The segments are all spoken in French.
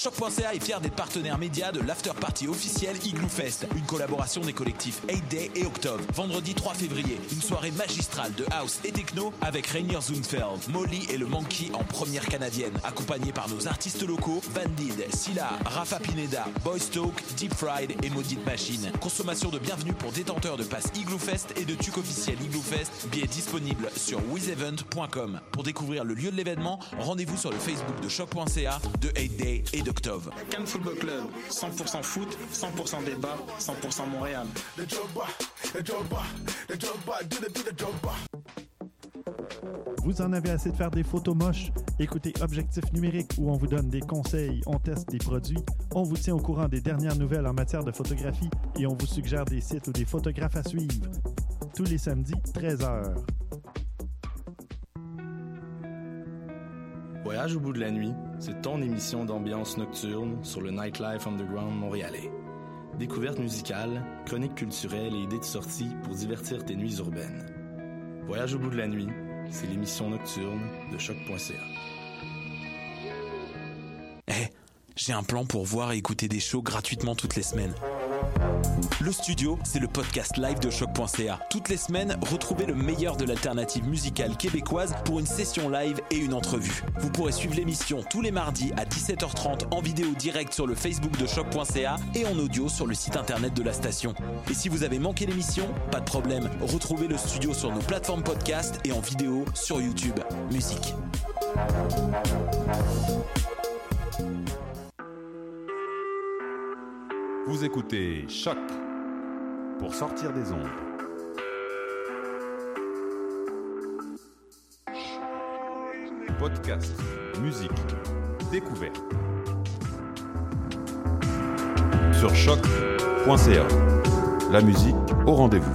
Choc.ca est fier d'être partenaire média de l'after party officiel Igloo Fest, une collaboration des collectifs 8 Day et Octave. Vendredi 3 février, une soirée magistrale de house et techno avec Rainier Zunfeld, Molly et le Monkey en première canadienne, accompagnés par nos artistes locaux Vandid, Silla, Rafa Pineda, Boy Stoke, Deep Fried et Maudite Machine. Consommation de bienvenue pour détenteurs de pass Igloo Fest et de tuque officiel Igloo Fest, billets disponibles sur wizevent.com. Pour découvrir le lieu de l'événement, rendez-vous sur le Facebook de Choc.ca, de 8 Day et d'Octave. Cannes Football Club, 100% foot, 100% débat, 100% Montréal. Vous en avez assez de faire des photos moches? Écoutez Objectif Numérique où on vous donne des conseils, on teste des produits, on vous tient au courant des dernières nouvelles en matière de photographie et on vous suggère des sites ou des photographes à suivre. Tous les samedis, 13h. Voyage au bout de la nuit, c'est ton émission d'ambiance nocturne sur le Nightlife Underground montréalais. Découvertes musicales, chroniques culturelles et idées de sortie pour divertir tes nuits urbaines. Voyage au bout de la nuit, c'est l'émission nocturne de Choc.ca. J'ai un plan pour voir et écouter des shows gratuitement toutes les semaines. Le Studio, c'est le podcast live de Choc.ca. Toutes les semaines, retrouvez le meilleur de l'alternative musicale québécoise pour une session live et une entrevue. Vous pourrez suivre l'émission tous les mardis à 17h30 en vidéo direct sur le Facebook de Choc.ca et en audio sur le site internet de la station. Et si vous avez manqué l'émission, pas de problème, retrouvez le Studio sur nos plateformes podcast et en vidéo sur YouTube. Musique. Vous écoutez Choc pour sortir des ondes. Podcast, musique, découverte. Sur choc.ca. La musique au rendez-vous.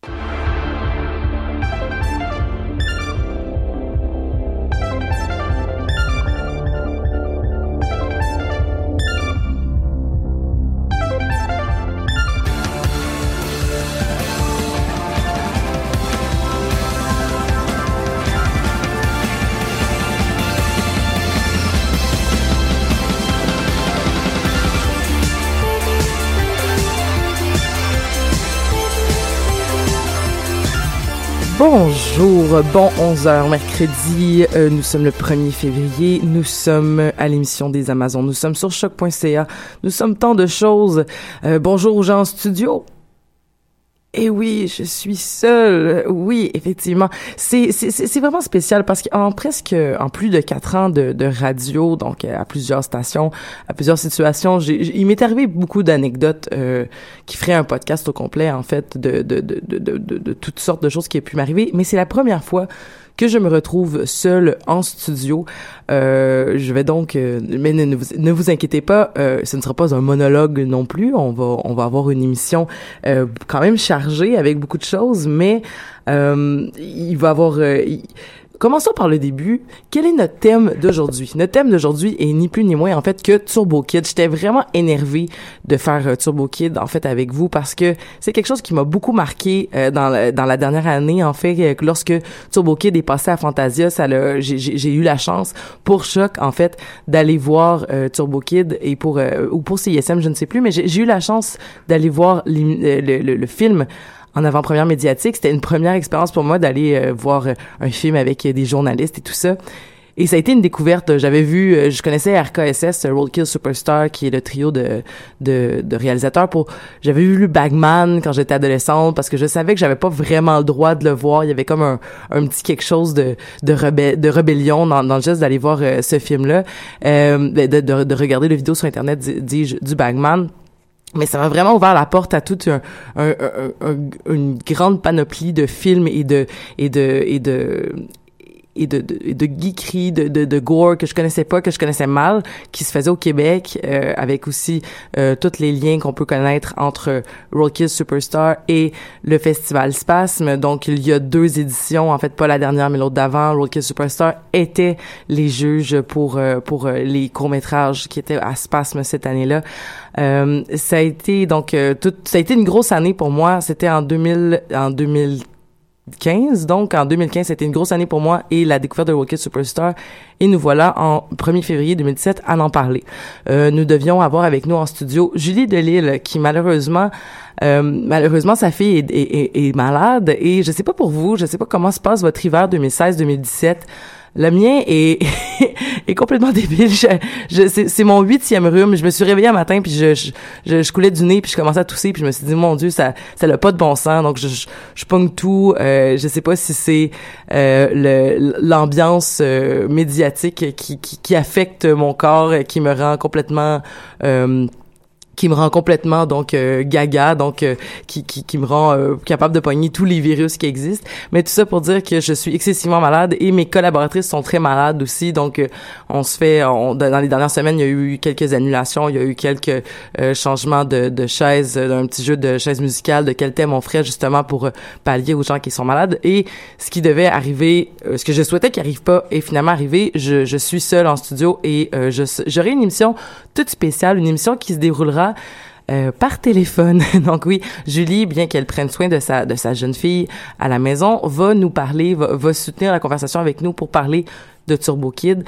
Bonjour, bon 11h mercredi, nous sommes le 1er février, nous sommes à l'émission des Amazones, nous sommes sur choc.ca, nous sommes tant de choses. Bonjour aux gens en studio. Eh oui, je suis seule. Oui, effectivement. C'est vraiment spécial parce qu'en plus de 4 ans de radio, donc à plusieurs stations, à plusieurs situations, il m'est arrivé beaucoup d'anecdotes, qui feraient un podcast au complet, en fait, de toutes sortes de choses qui aient pu m'arriver. Mais c'est la première fois que je me retrouve seule en studio. Je vais donc, mais ne vous inquiétez pas, ce ne sera pas un monologue non plus. On va avoir une émission quand même chargée avec beaucoup de choses, mais il va avoir. Commençons par le début. Quel est notre thème d'aujourd'hui? Notre thème d'aujourd'hui est ni plus ni moins, en fait, que Turbo Kid. J'étais vraiment énervée de faire Turbo Kid, en fait, avec vous, parce que c'est quelque chose qui m'a beaucoup marqué dans la dernière année, en fait, lorsque Turbo Kid est passé à Fantasia, j'ai eu la chance, pour Choc, en fait, d'aller voir Turbo Kid, et ou pour CISM, je ne sais plus, mais j'ai eu la chance d'aller voir le film en avant-première médiatique. C'était une première expérience pour moi d'aller voir un film avec des journalistes et tout ça. Et ça a été une découverte. Je connaissais RKSS, Roadkill Superstar, qui est le trio de réalisateurs j'avais vu le Bagman quand j'étais adolescente parce que je savais que j'avais pas vraiment le droit de le voir. Il y avait comme un petit quelque chose de rébellion dans le geste d'aller voir ce film-là, de regarder le vidéo sur Internet, du Bagman. Mais ça m'a vraiment ouvert la porte à toute une grande panoplie de films et de geekerie, de gore que je connaissais pas, que je connaissais mal, qui se faisait au Québec, avec aussi tous les liens qu'on peut connaître entre Roadkill Superstar et le Festival Spasme. Donc, il y a 2 éditions, en fait, pas la dernière, mais l'autre d'avant. Roadkill Superstar était les juges pour les courts-métrages qui étaient à Spasme cette année-là. Ça a été une grosse année pour moi. C'était en 2014, 2015. Donc, en 2015, c'était une grosse année pour moi et la découverte de Roadkill Superstar. Et nous voilà en 1er février 2017 à en parler. Nous devions avoir avec nous en studio Julie Delisle, qui malheureusement, sa fille est malade. Et je sais pas pour vous, je sais pas comment se passe votre hiver 2016-2017. Le mien est complètement débile. C'est mon 8e rhume. Je me suis réveillée un matin puis je coulais du nez puis je commençais à tousser puis je me suis dit mon Dieu, ça n'a pas de bon sens. Donc je pogne tout. Je sais pas si c'est l'ambiance médiatique qui affecte mon corps, qui me rend complètement donc gaga, donc qui me rend capable de pogner tous les virus qui existent. Mais tout ça pour dire que je suis excessivement malade et mes collaboratrices sont très malades aussi. Donc dans les dernières semaines, il y a eu quelques annulations, il y a eu quelques changements de chaises, d'un petit jeu de chaises musicales, de quel thème on ferait justement pour pallier aux gens qui sont malades. Et ce qui devait arriver, ce que je souhaitais qu'il arrive pas est finalement arrivé. Je suis seule en studio et j'aurai une émission toute spéciale, une émission qui se déroulera par téléphone. Donc oui, Julie, bien qu'elle prenne soin de sa jeune fille à la maison, va nous parler, va soutenir la conversation avec nous pour parler de Turbo Kid.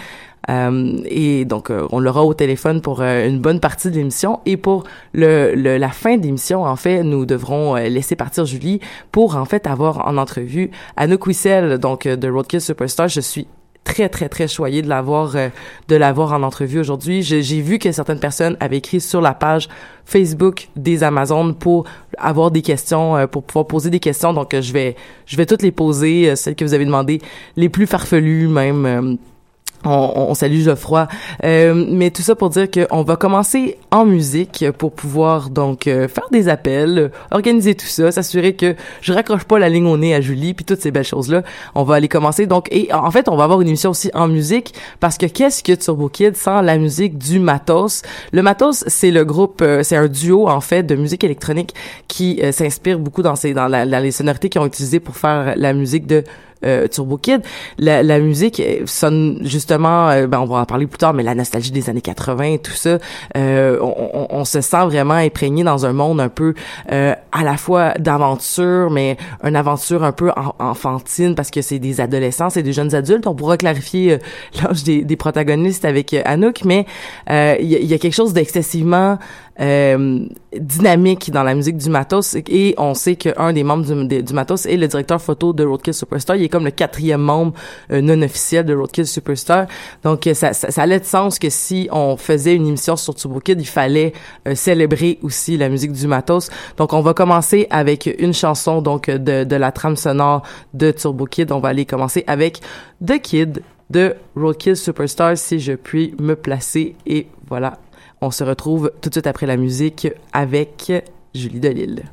Et donc on l'aura au téléphone pour une bonne partie de l'émission et pour la fin de l'émission, en fait, nous devrons laisser partir Julie pour en fait avoir en entrevue Anouk Wissel, donc de Roadkill Superstar. Je suis très, très, très choyée de l'avoir en entrevue aujourd'hui. J'ai vu que certaines personnes avaient écrit sur la page Facebook des Amazones pour avoir des questions, pour pouvoir poser des questions. Donc, je vais toutes les poser, celles que vous avez demandées, les plus farfelues même. On salue Geoffroy. Mais tout ça pour dire qu'on va commencer en musique pour pouvoir donc faire des appels, organiser tout ça, s'assurer que je raccroche pas la ligne au nez à Julie puis toutes ces belles choses-là. On va aller commencer donc et en fait, on va avoir une émission aussi en musique parce que qu'est-ce que Turbo Kid sans la musique du Matos? Le Matos, c'est le groupe, c'est un duo en fait de musique électronique qui s'inspire beaucoup dans les sonorités qu'ils ont utilisées pour faire la musique de Turbo Kid. La musique sonne justement, on va en parler plus tard, mais la nostalgie des années 80 et tout ça, on se sent vraiment imprégné dans un monde un peu à la fois d'aventure, mais une aventure un peu enfantine parce que c'est des adolescents, c'est des jeunes adultes. On pourra clarifier l'âge des protagonistes avec Anouk, mais il y a quelque chose d'excessivement dynamique dans la musique du Matos et on sait qu'un des membres du Matos est le directeur photo de Roadkill Superstar. Il est comme le 4e membre non officiel de Roadkill Superstar. Donc ça allait de sens que si on faisait une émission sur Turbo Kid, il fallait célébrer aussi la musique du Matos. Donc on va commencer avec une chanson donc de la trame sonore de Turbo Kid. On va aller commencer avec The Kid de Roadkill Superstar si je puis me placer et voilà. On se retrouve tout de suite après la musique avec Julie Delisle.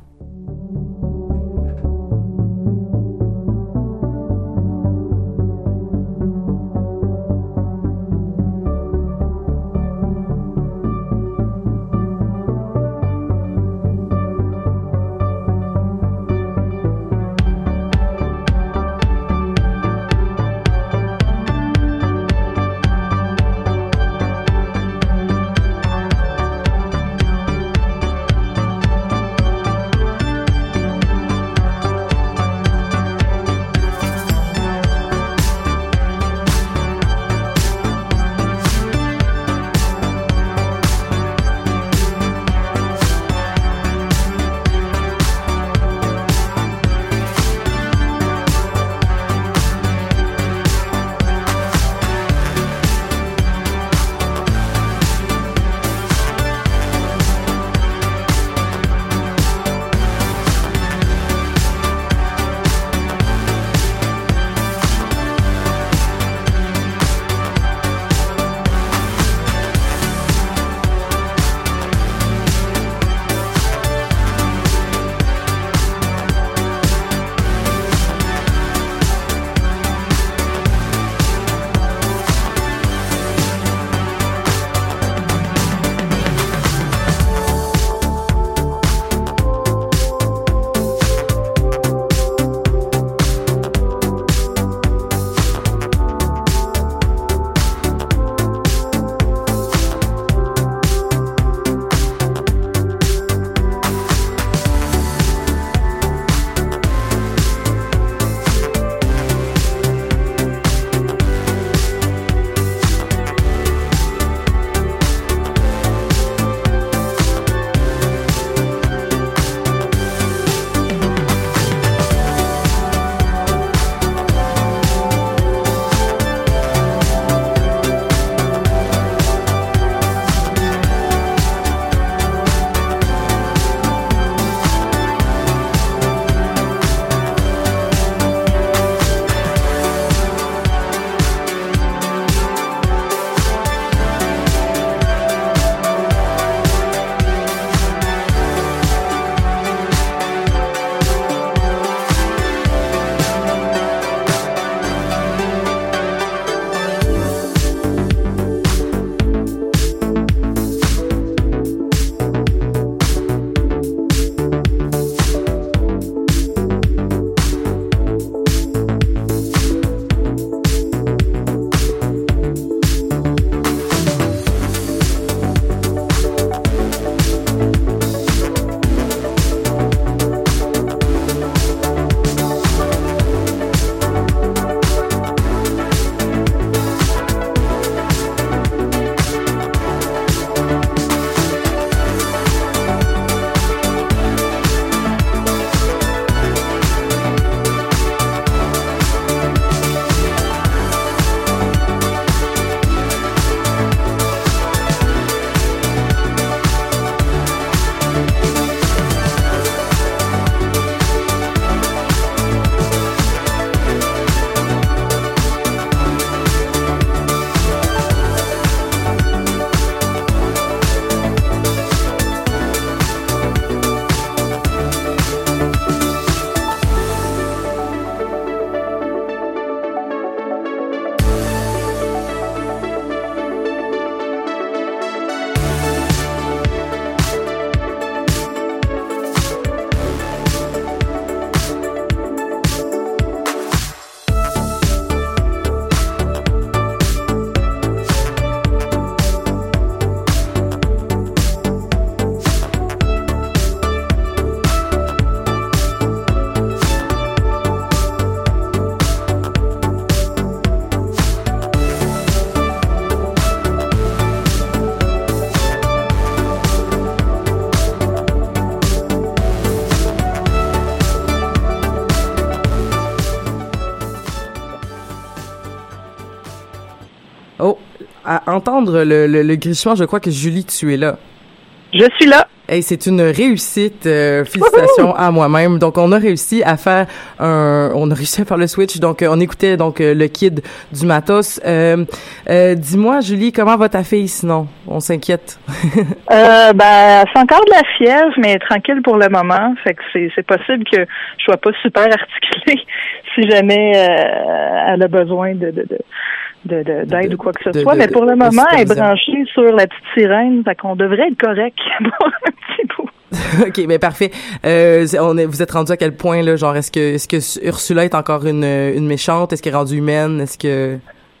à entendre le grichement, je crois que Julie, tu es là. Je suis là. Hey, c'est une réussite. Félicitations à moi-même. Donc, on a réussi à faire le switch. Donc, on écoutait le kid du matos. Dis-moi, Julie, comment va ta fille sinon? On s'inquiète. C'est encore de la fièvre, mais tranquille pour le moment. Fait que c'est possible que je sois pas super articulée si jamais elle a besoin d'aide ou quoi que ce soit. Mais pour le moment, elle est branchée sur la petite sirène. Fait qu'on devrait être correct pour un petit bout. OK, ben parfait. Vous êtes rendu à quel point là, genre est-ce que Ursula est encore une méchante, est-ce qu'elle est rendue humaine, est-ce que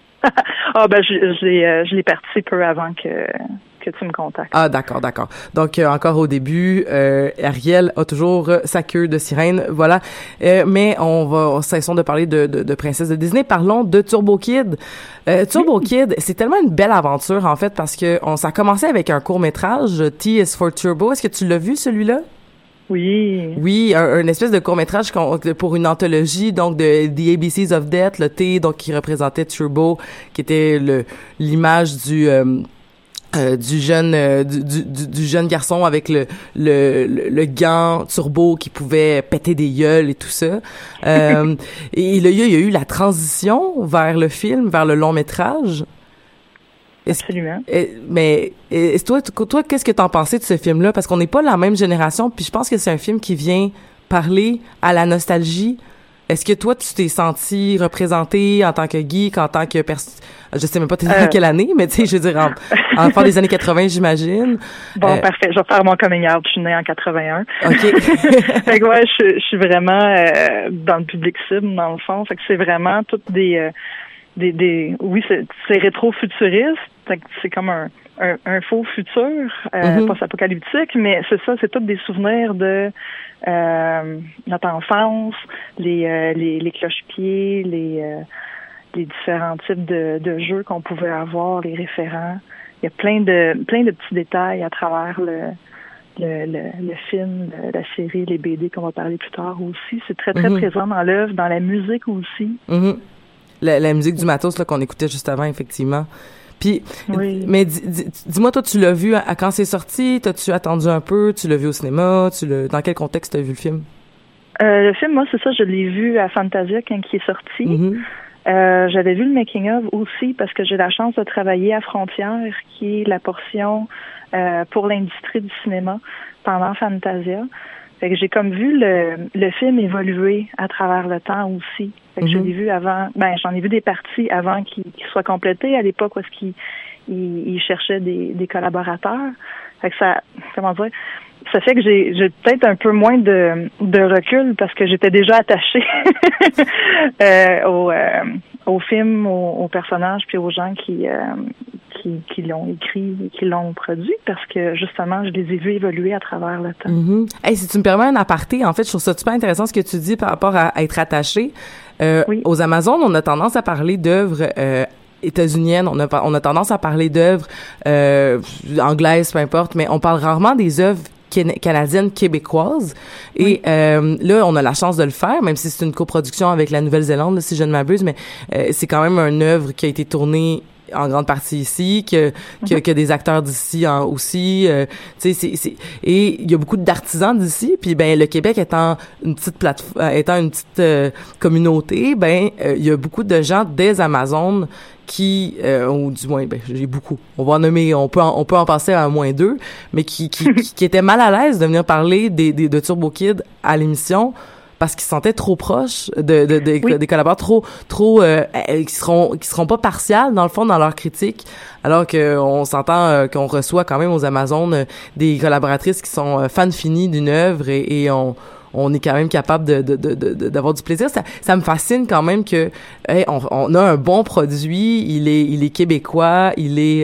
je l'ai parti peu avant que tu me contactes. Ah d'accord. Donc encore au début, Ariel a toujours sa queue de sirène, voilà. Mais cessons de parler de princesse de Disney, parlons de Turbo Kid. Turbo Kid, c'est tellement une belle aventure en fait parce que ça a commencé avec un court-métrage, T is for Turbo. Est-ce que tu l'as vu celui-là? Oui. Oui, un espèce de court-métrage pour une anthologie, donc de The ABCs of Death, le T, donc qui représentait Turbo, qui était l'image du jeune garçon avec le gant turbo qui pouvait péter des gueules et tout ça. Et là, il y a eu la transition vers le film, vers le long métrage. Absolument. Mais toi, qu'est-ce que t'en pensais de ce film-là? Parce qu'on n'est pas la même génération, puis je pense que c'est un film qui vient parler à la nostalgie. Est-ce que toi, tu t'es senti représenté en tant que geek, en tant que je sais même pas dans quelle année, mais tu sais, je veux dire, en fin des années 80, j'imagine. Bon, parfait. Je vais faire mon coming out. Je suis née en 81. OK. Fait que ouais, je suis vraiment dans le public cible, dans le fond. Fait que c'est vraiment toutes oui, c'est rétro-futuriste. C'est comme un faux futur, post-apocalyptique, mais c'est ça, c'est tous des souvenirs de notre enfance, les cloche-pieds, les différents types de jeux qu'on pouvait avoir, les référents. Il y a plein de petits détails à travers le film, la série, les BD qu'on va parler plus tard aussi. C'est très, très présent dans l'œuvre, dans la musique aussi. Mm-hmm. La musique du matos là qu'on écoutait juste avant, effectivement. Puis, oui. Mais dis-moi, toi, tu l'as vu quand c'est sorti? T'as-tu attendu un peu? Tu l'as vu au cinéma? Dans quel contexte t'as vu le film? Le film, moi, c'est ça, je l'ai vu à Fantasia quand il est sorti. Mm-hmm. J'avais vu le making-of aussi parce que j'ai la chance de travailler à Frontières, qui est la portion pour l'industrie du cinéma pendant Fantasia. Fait que j'ai comme vu le film évoluer à travers le temps aussi. Fait que je l'ai vu avant, j'en ai vu des parties avant qu'il soit complété, à l'époque où est-ce qu'il cherchait des collaborateurs. Fait que ça fait que j'ai peut-être un peu moins de recul parce que j'étais déjà attachée au film, aux personnages puis aux gens qui l'ont écrit et qui l'ont produit parce que justement je les ai vus évoluer à travers le temps. Mm-hmm. Hey, si tu me permets un aparté, en fait, je trouve ça super intéressant ce que tu dis par rapport à être attaché. Oui. Aux Amazones, on a tendance à parler d'œuvres états-uniennes, on a tendance à parler d'œuvres anglaises, peu importe, mais on parle rarement des œuvres canadiennes, québécoises. Et là, on a la chance de le faire, même si c'est une coproduction avec la Nouvelle-Zélande, là, si je ne m'abuse, mais c'est quand même une œuvre qui a été tournée en grande partie ici, que des acteurs d'ici aussi, tu sais, et il y a beaucoup d'artisans d'ici, puis le Québec étant une petite communauté, il y a beaucoup de gens des Amazones qui, ou du moins, j'ai beaucoup. On va en nommer, on peut en passer à moins 2, mais qui étaient mal à l'aise de venir parler de Turbo Kid à l'émission, parce qu'ils se sentaient trop proches des collaborateurs, trop qui seront pas partials dans le fond dans leur critique, alors que on s'entend qu'on reçoit quand même aux Amazones des collaboratrices qui sont fans finis d'une œuvre et on est quand même capable d'avoir du plaisir. Ça me fascine quand même que on a un bon produit, il est québécois, il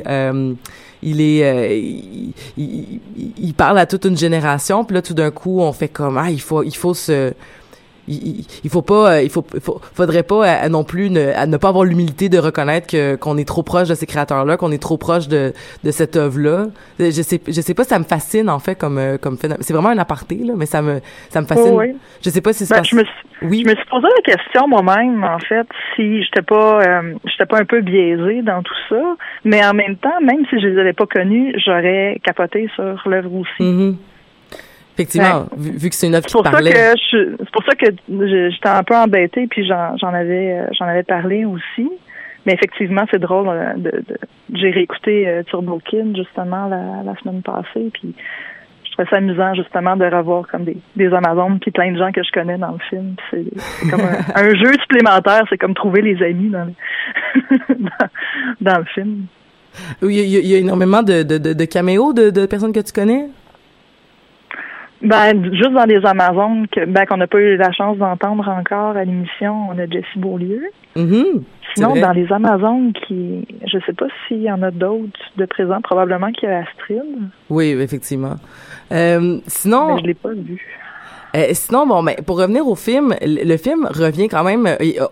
parle à toute une génération, puis là tout d'un coup on fait comme il faut il faudrait pas non plus ne pas avoir l'humilité de reconnaître qu'on est trop proche de ces créateurs-là, qu'on est trop proche de cette œuvre-là. Je sais pas, ça me fascine en fait comme phénomène. C'est vraiment un aparté là, mais ça me fascine. Oh, oui. Je sais pas si c'est je me suis posé la question moi-même en fait si j'étais pas un peu biaisée dans tout ça, mais en même temps, même si je les avais pas connus, j'aurais capoté sur l'œuvre aussi. Mm-hmm. Effectivement, vu que c'est une œuvre qui parlait. C'est pour ça que j'étais un peu embêtée, puis j'en avais parlé aussi. Mais effectivement, c'est drôle. J'ai réécouté Turbo Kid justement la semaine passée, puis je trouvais ça amusant justement de revoir comme des Amazones puis plein de gens que je connais dans le film. C'est comme un jeu supplémentaire. C'est comme trouver les amis dans le film. Oui, il y a énormément de caméos de personnes que tu connais. Ben, juste dans les Amazones qu'on n'a pas eu la chance d'entendre encore à l'émission, on a Jessie Beaulieu. Mm-hmm. Sinon, dans les Amazones je sais pas s'il y en a d'autres de présents, probablement qu'il y a Astrid. Oui, effectivement. Sinon. Mais je l'ai pas vu. Sinon, pour revenir au film, le film revient quand même,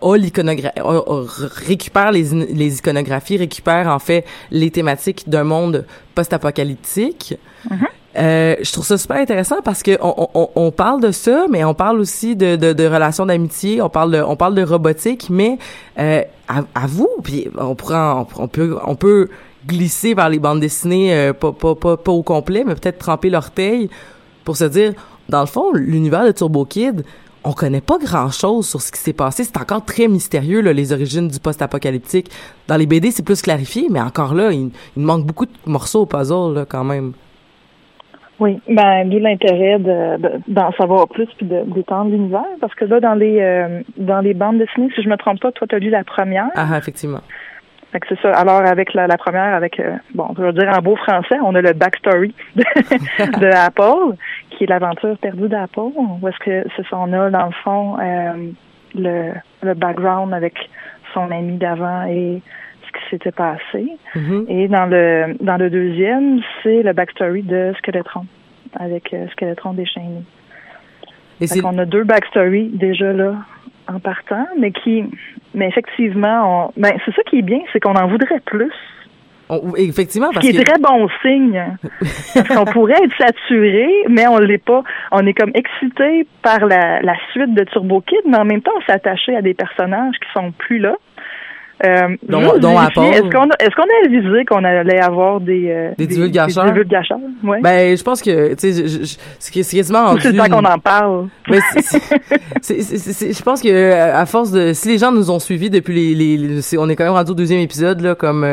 récupère les iconographies, récupère en fait les thématiques d'un monde post-apocalyptique. Mm-hmm. Je trouve ça super intéressant parce que on parle de ça, mais on parle aussi de relations d'amitié, on parle de robotique, mais à vous, puis on peut glisser vers les bandes dessinées, pas au complet, mais peut-être tremper l'orteil pour se dire, dans le fond, l'univers de Turbo Kid, on connaît pas grand-chose sur ce qui s'est passé. C'est encore très mystérieux, là, les origines du post-apocalyptique. Dans les BD, c'est plus clarifié, mais encore là, il manque beaucoup de morceaux au puzzle, là, quand même. Oui, d'où l'intérêt d'en savoir plus puis d'étendre l'univers, parce que là, dans les bandes dessinées, si je me trompe pas, toi, tu as lu la première. Ah, effectivement. Fait que c'est ça. Alors, avec la première, je veux dire en beau français, on a le backstory de Apple, qui est l'aventure perdue d'Apple, où est-ce que c'est ça, on a, dans le fond, le background avec son ami d'avant et ce qui s'était passé. Mm-hmm. Et dans le deuxième, c'est le backstory de Skeletron, avec Skeletron déchaîné. On a deux backstories déjà là en partant, mais effectivement, c'est ça qui est bien, c'est qu'on en voudrait plus. Effectivement, parce que très bon signe. Parce qu'on pourrait être saturé, mais on l'est pas. On est comme excité par la suite de Turbo Kid, mais en même temps, on s'est attaché à des personnages qui sont plus là. Dont Apple. Est-ce qu'on a avisé qu'on allait avoir des divulgateurs? Ouais. Ben, je pense que, tu sais, c'est quasiment rendu... C'est le temps qu'on en parle. Mais je pense que, à force si les gens nous ont suivis depuis on est quand même rendu au deuxième épisode, là, comme,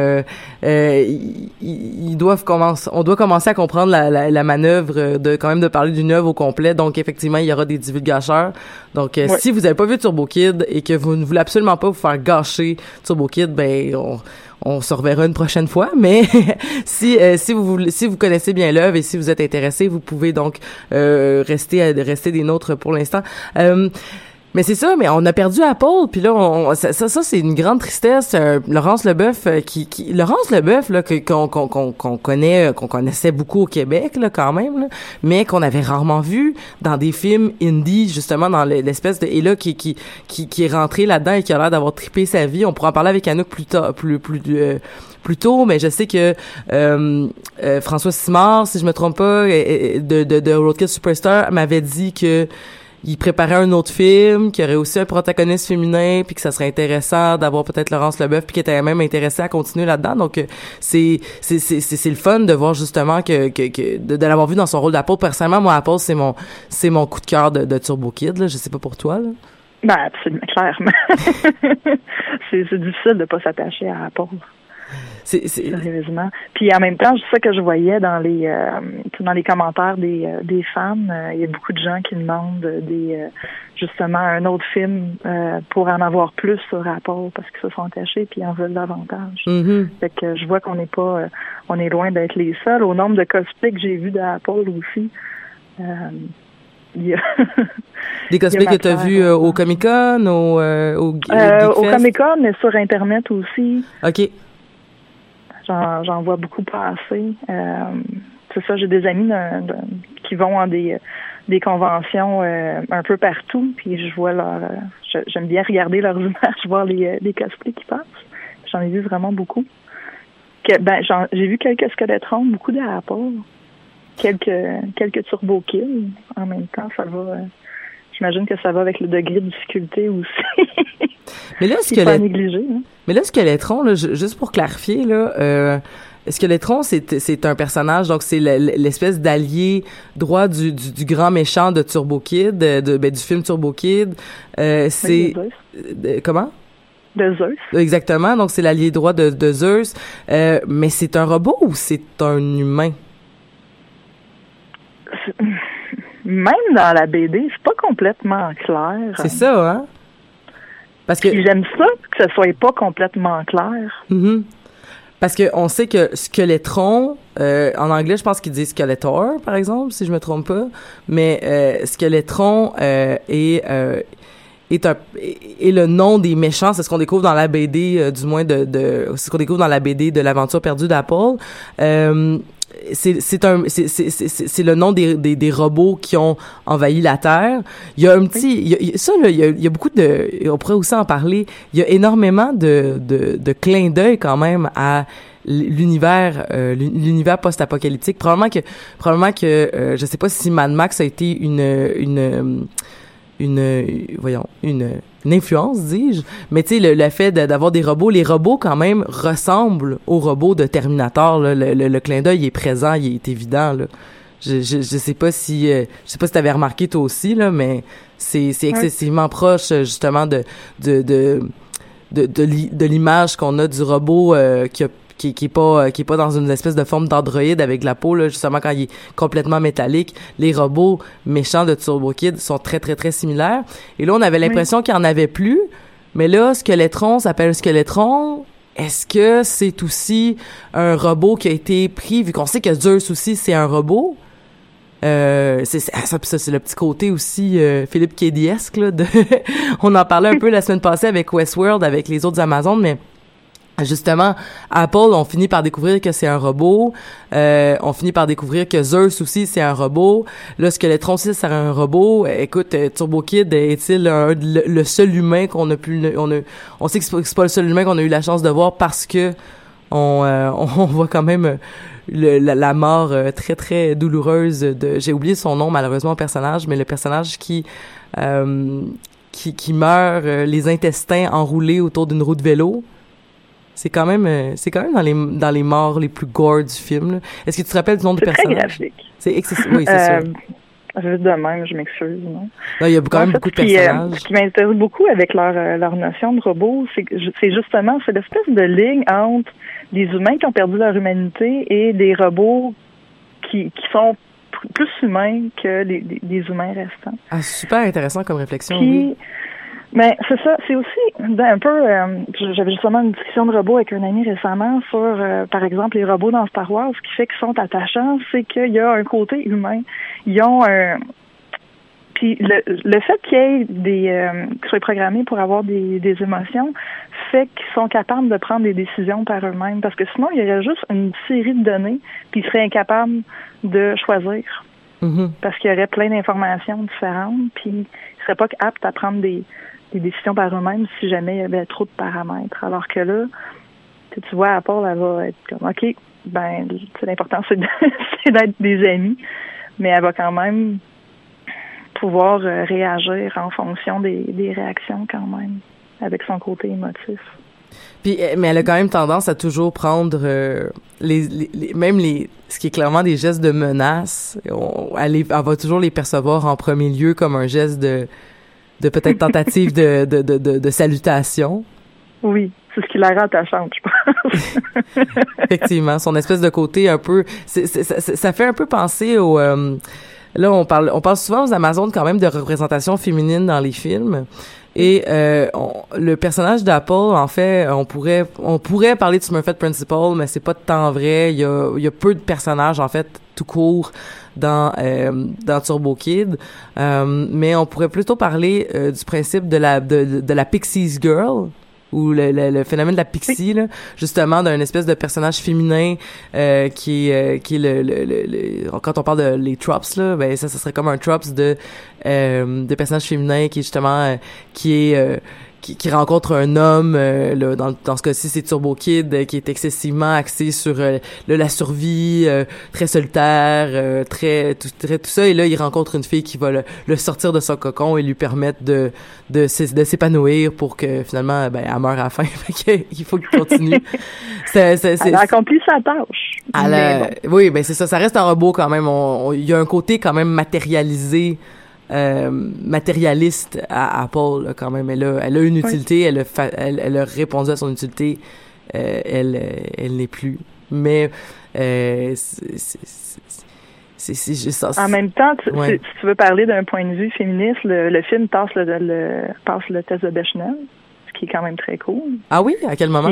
on doit commencer à comprendre la manœuvre quand même de parler d'une œuvre au complet. Donc, effectivement, il y aura des divulgateurs. Donc, si vous avez pas vu Turbo Kid et que vous ne voulez absolument pas vous faire gâcher Turbo Kid, ben on se reverra une prochaine fois, mais si vous connaissez bien l'œuvre et si vous êtes intéressé, vous pouvez donc rester des nôtres pour l'instant. Mais c'est ça, mais on a perdu Apple, puis là ça c'est une grande tristesse. Laurence Leboeuf Laurence Leboeuf là qu'on connaissait beaucoup au Québec là quand même là, mais qu'on avait rarement vu dans des films indie justement dans l'espèce de, et là qui est rentré là-dedans et qui a l'air d'avoir trippé sa vie. On pourra en parler avec Anouk plus tôt, mais je sais que François Simard, si je me trompe pas, de Roadkill Superstar m'avait dit que il préparait un autre film qui aurait aussi un protagoniste féminin, puis que ça serait intéressant d'avoir peut-être Laurence Leboeuf, puis qui était même intéressée à continuer là-dedans. Donc c'est le fun de voir justement de l'avoir vu dans son rôle d'Apple. Personnellement, moi, Apple, c'est mon coup de cœur de Turbo Kid, là. Je sais pas pour toi, là. Ben, absolument, clairement. c'est difficile de pas s'attacher à Apple. Sérieusement. Puis en même temps, c'est ça que je voyais dans les commentaires des fans. Il y a beaucoup de gens qui demandent justement un autre film pour en avoir plus sur Apple parce qu'ils se sont attachés puis ils en veulent davantage. Mm-hmm. Fait que je vois qu'on n'est pas, on est loin d'être les seuls. Au nombre de cosplays que j'ai vus d'Apple aussi. Il y a des cosplays que tu as vus au Comic-Con, au Comic-Con, mais sur Internet aussi. OK. J'en vois beaucoup passer. c'est ça, j'ai des amis qui vont en des conventions un peu partout, puis je vois j'aime bien regarder leurs images, voir les cosplays qui passent. J'en ai vu vraiment beaucoup. J'ai vu quelques Skeletron, beaucoup d'Apple, quelques Turbo Kid. En même temps, ça va. J'imagine que ça va avec le degré de difficulté aussi. Mais là, Skeletron, là, juste pour clarifier, là, Skeletron, c'est un personnage, donc c'est l'espèce d'allié droit du grand méchant de Turbo Kid, du film Turbo Kid. Comment? De Zeus. Exactement, donc c'est l'allié droit de Zeus. Mais c'est un robot ou c'est un humain? Même dans la BD, c'est pas complètement clair. C'est ça, hein? Parce que j'aime ça que ce soit pas complètement clair. Mm-hmm. Parce que on sait que Skeletron, en anglais, je pense qu'il dit Skeletor, par exemple, si je me trompe pas. Mais Skeletron est le nom des méchants. C'est ce qu'on découvre dans la BD, du moins c'est ce qu'on découvre dans la BD de l'aventure perdue d'Apple. C'est le nom des robots qui ont envahi la Terre. Il y a un petit, il y a beaucoup on pourrait aussi en parler. Il y a énormément de clins d'œil quand même à l'univers post-apocalyptique. Probablement que je sais pas si Mad Max a été une influence, dis-je, mais tu sais, le fait d'avoir des robots, les robots quand même ressemblent aux robots de Terminator, là. Le clin d'œil est présent, il est évident, là. Je sais pas si t'avais remarqué toi aussi, là, mais c'est excessivement proche, justement, de l'image qu'on a du robot, qui est pas dans une espèce de forme d'androïde avec de la peau, là, justement, quand il est complètement métallique. Les robots méchants de Turbo Kid sont très, très, très similaires. Et là, on avait l'impression qu'il y en avait plus. Mais là, Skeletron s'appelle Skeletron. Est-ce que c'est aussi un robot qui a été pris, vu qu'on sait que Zeus aussi, c'est un robot? Ça, c'est le petit côté aussi, Philippe K. Dick-esque, là, on en parlait un peu la semaine passée avec Westworld, avec les autres Amazones, mais justement, Apple, on finit par découvrir que c'est un robot. On finit par découvrir que Zeus aussi, c'est un robot. Là, Skeletron aussi, c'est un robot. Écoute, Turbo Kid est-il le seul humain qu'on a pu... On sait que c'est pas le seul humain qu'on a eu la chance de voir parce que on voit quand même la mort très, très douloureuse de... J'ai oublié son nom, malheureusement, au personnage, mais le personnage qui meurt, les intestins enroulés autour d'une roue de vélo. C'est quand même dans les morts les plus gore du film, là. Est-ce que tu te rappelles du nom du personnage? C'est très graphique. C'est excessif, oui, c'est sûr. Juste de même, je m'excuse, non? Non, il y a quand même beaucoup de personnages. Ce qui m'intéresse beaucoup avec leur notion de robot, c'est justement, c'est l'espèce de ligne entre des humains qui ont perdu leur humanité et des robots qui sont plus humains que des humains restants. Ah, super intéressant comme réflexion, oui. Mais c'est ça, c'est aussi un peu... j'avais justement une discussion de robots avec un ami récemment sur, par exemple, les robots dans Star Wars. Ce qui fait qu'ils sont attachants, c'est qu'il y a un côté humain. Ils ont un... Puis le fait qu'il y ait qu'ils soient programmés pour avoir des émotions fait qu'ils sont capables de prendre des décisions par eux-mêmes. Parce que sinon, il y aurait juste une série de données, puis ils seraient incapables de choisir. Mm-hmm. Parce qu'il y aurait plein d'informations différentes, puis ils seraient pas aptes à prendre des décisions par eux-mêmes si jamais il y avait trop de paramètres. Alors que là, tu vois, Apple, elle va être comme, OK, ben, l'important, c'est d'être des amis, mais elle va quand même pouvoir réagir en fonction des réactions quand même, avec son côté émotif. Puis, mais elle a quand même tendance à toujours prendre ce qui est clairement des gestes de menace. Elle va toujours les percevoir en premier lieu comme un geste de peut-être tentative de salutation. Oui, c'est ce qui la rend attachante, je pense. Effectivement, son espèce de côté un peu, ça fait un peu penser au. Là, on parle souvent aux Amazones quand même de représentation féminine dans les films. Et le personnage d'Apple, en fait, on pourrait parler de Smurfette Principal, mais c'est pas tant vrai. Il y a peu de personnages, en fait, tout court dans Turbo Kid. Mais on pourrait plutôt parler du principe de la Pixies Girl. ou le phénomène de la pixie, là, justement d'un espèce de personnage féminin qui est quand on parle de les tropes là, ben ça serait comme un tropes de personnages féminins qui est justement qui rencontre un homme, là, dans ce cas-ci, c'est Turbo Kid, qui est excessivement axé sur la survie, très solitaire, très tout ça. Et là, il rencontre une fille qui va le sortir de son cocon et lui permettre de s'épanouir pour que finalement, ben, elle meure à la fin. Il faut qu'il continue. Elle a accompli sa tâche. Oui, ben c'est ça. Ça reste un robot quand même. Il y a un côté quand même matérialisé. Matérialiste à Apple là, quand même. Elle a une utilité, oui. Elle a répondu à son utilité. Elle n'est plus. Mais c'est juste ça. En même temps, si tu veux parler d'un point de vue féministe, le film passe le test de Bechdel, ce qui est quand même très cool. Ah oui? À quel moment?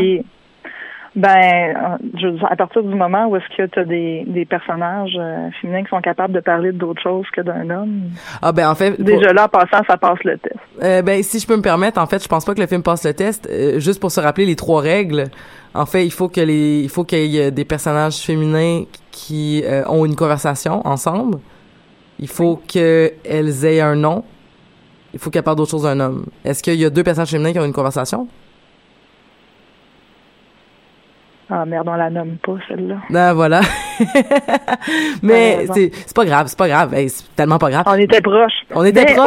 Je veux dire, à partir du moment où est-ce que tu as des personnages féminins qui sont capables de parler d'autre chose que d'un homme. Ah ben en fait déjà là en passant ça passe le test. Si je peux me permettre, en fait, je pense pas que le film passe le test. Juste pour se rappeler les 3 règles. En fait, il faut qu'il y ait des personnages féminins qui ont une conversation ensemble. Il faut qu'elles aient un nom. Il faut qu'elles parlent d'autre chose d'un homme. Est-ce qu'il y a 2 personnages féminins qui ont une conversation? Ah merde, on la nomme pas celle-là. Ah voilà. Mais c'est pas grave. C'est tellement pas grave. On était proches. Au moins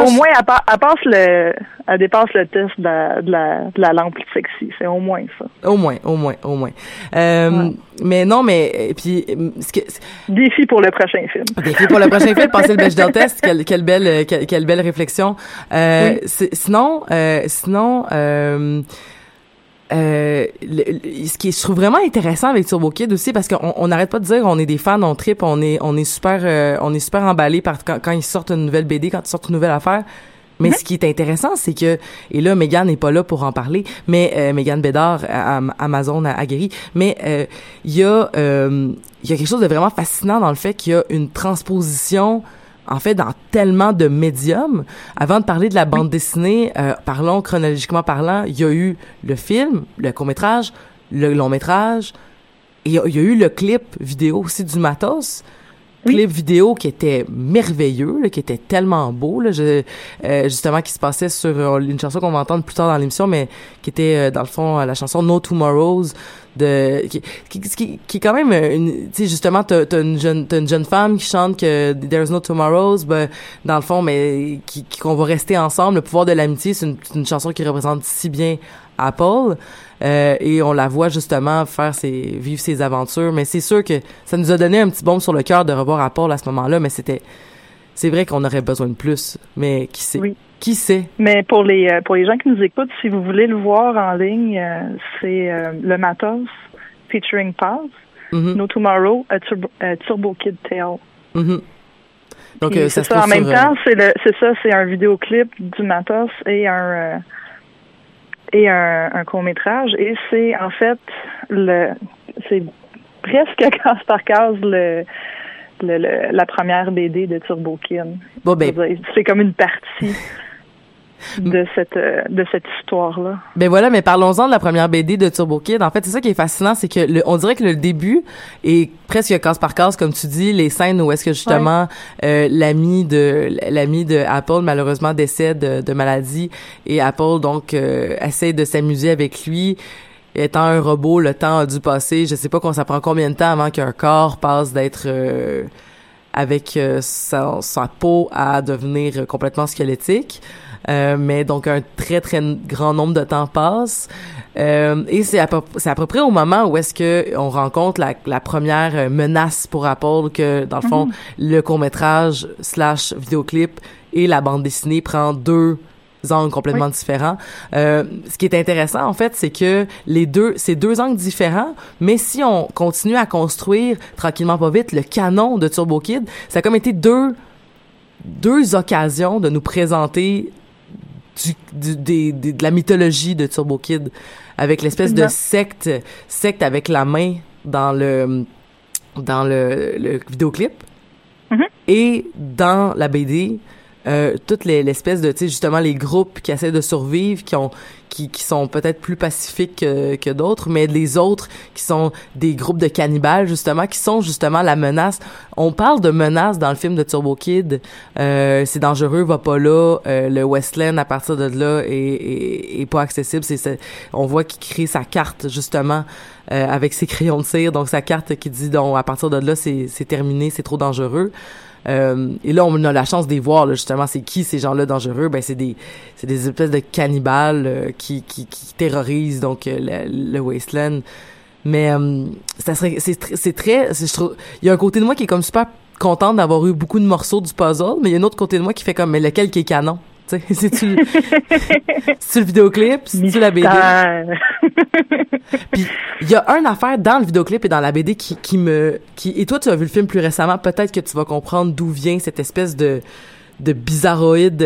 elle dépasse le test de la lampe plus sexy. C'est au moins ça. Au moins. Mais non, mais puis défi pour le prochain film. Défi pour le prochain film, passer le Bechdel test. Quelle belle réflexion. Oui. Sinon. Ce qui est, je trouve vraiment intéressant avec Turbo Kid aussi, parce qu'on n'arrête pas de dire on est des fans, on trippe, on est super emballés par quand ils sortent une nouvelle BD, quand ils sortent une nouvelle affaire. Mais ce qui est intéressant, c'est que, et là, Mégane n'est pas là pour en parler, mais Mégane Bédard, Amazon a guéri, mais il y a quelque chose de vraiment fascinant dans le fait qu'il y a une transposition en fait, dans tellement de médiums. Avant de parler de la bande dessinée, parlons chronologiquement parlant, il y a eu le film, le court-métrage, le long-métrage, et il y a eu le clip vidéo aussi du Matos. Clip vidéo qui était merveilleux, là, qui était tellement beau, là, justement, qui se passait sur une chanson qu'on va entendre plus tard dans l'émission, mais qui était, dans le fond, la chanson No Tomorrows, qui est quand même tu sais, justement, t'as une jeune femme qui chante que There's No Tomorrows, ben, dans le fond, mais qu'on va rester ensemble. Le pouvoir de l'amitié, c'est une chanson qui représente si bien Apple. Et on la voit justement vivre ses aventures. Mais c'est sûr que ça nous a donné un petit baume sur le cœur de revoir Apple à ce moment-là, mais c'est vrai qu'on aurait besoin de plus. Mais qui sait? Oui. Qui sait? Mais pour les gens qui nous écoutent, si vous voulez le voir en ligne, c'est le Matos featuring Paz, No Tomorrow, a Turbo Kid Tale. Mm-hmm. Donc c'est ça. En même temps, c'est un vidéoclip du Matos et un court-métrage, et c'est en fait c'est presque case par case la première BD de Turbo Kid. Bon, ben, c'est comme une partie de cette histoire-là. Ben voilà, mais parlons-en de la première BD de Turbo Kid. En fait, c'est ça qui est fascinant, c'est que on dirait que le début est presque case par case, comme tu dis, les scènes où est-ce que justement l'ami de Apple malheureusement décède de maladie, et Apple donc essaie de s'amuser avec lui. Étant un robot, le temps a dû passer. Je sais pas ça prend combien de temps avant qu'un corps passe d'être avec sa peau à devenir complètement squelettique. Mais donc un très très grand nombre de temps passe, et c'est à peu près au moment où est-ce que on rencontre la première menace pour Apple, que dans le fond le court-métrage / vidéoclip et la bande dessinée prend 2 angles complètement différents. Ce qui est intéressant en fait, c'est que c'est 2 angles différents, mais si on continue à construire tranquillement pas vite le canon de Turbo Kid, ça a comme été deux occasions de nous présenter de la mythologie de Turbo Kid, avec l'espèce de secte avec la main dans le vidéoclip, et dans la BD toute l'espèce de, tu sais, justement les groupes qui essaient de survivre, qui sont peut-être plus pacifiques que d'autres, mais les autres qui sont des groupes de cannibales, justement, qui sont justement la menace. On parle de menace dans le film de Turbo Kid. C'est dangereux, va pas là. Le Westland, à partir de là, est pas accessible. On voit qu'il crée sa carte, justement, avec ses crayons de cire. Donc, sa carte qui dit, donc, à partir de là, c'est terminé, c'est trop dangereux. Et là, on a la chance de les voir, là, justement. C'est qui ces gens-là dangereux? Ben, c'est des espèces de cannibales qui terrorisent donc le Wasteland. Mais je trouve, il y a un côté de moi qui est comme super contente d'avoir eu beaucoup de morceaux du puzzle, mais il y a un autre côté de moi qui fait comme, mais lequel qui est canon? C'est-tu le vidéoclip? C'est-tu la BD? Puis, il y a une affaire dans le vidéoclip et dans la BD et toi, tu as vu le film plus récemment, peut-être que tu vas comprendre d'où vient cette espèce de bizarroïde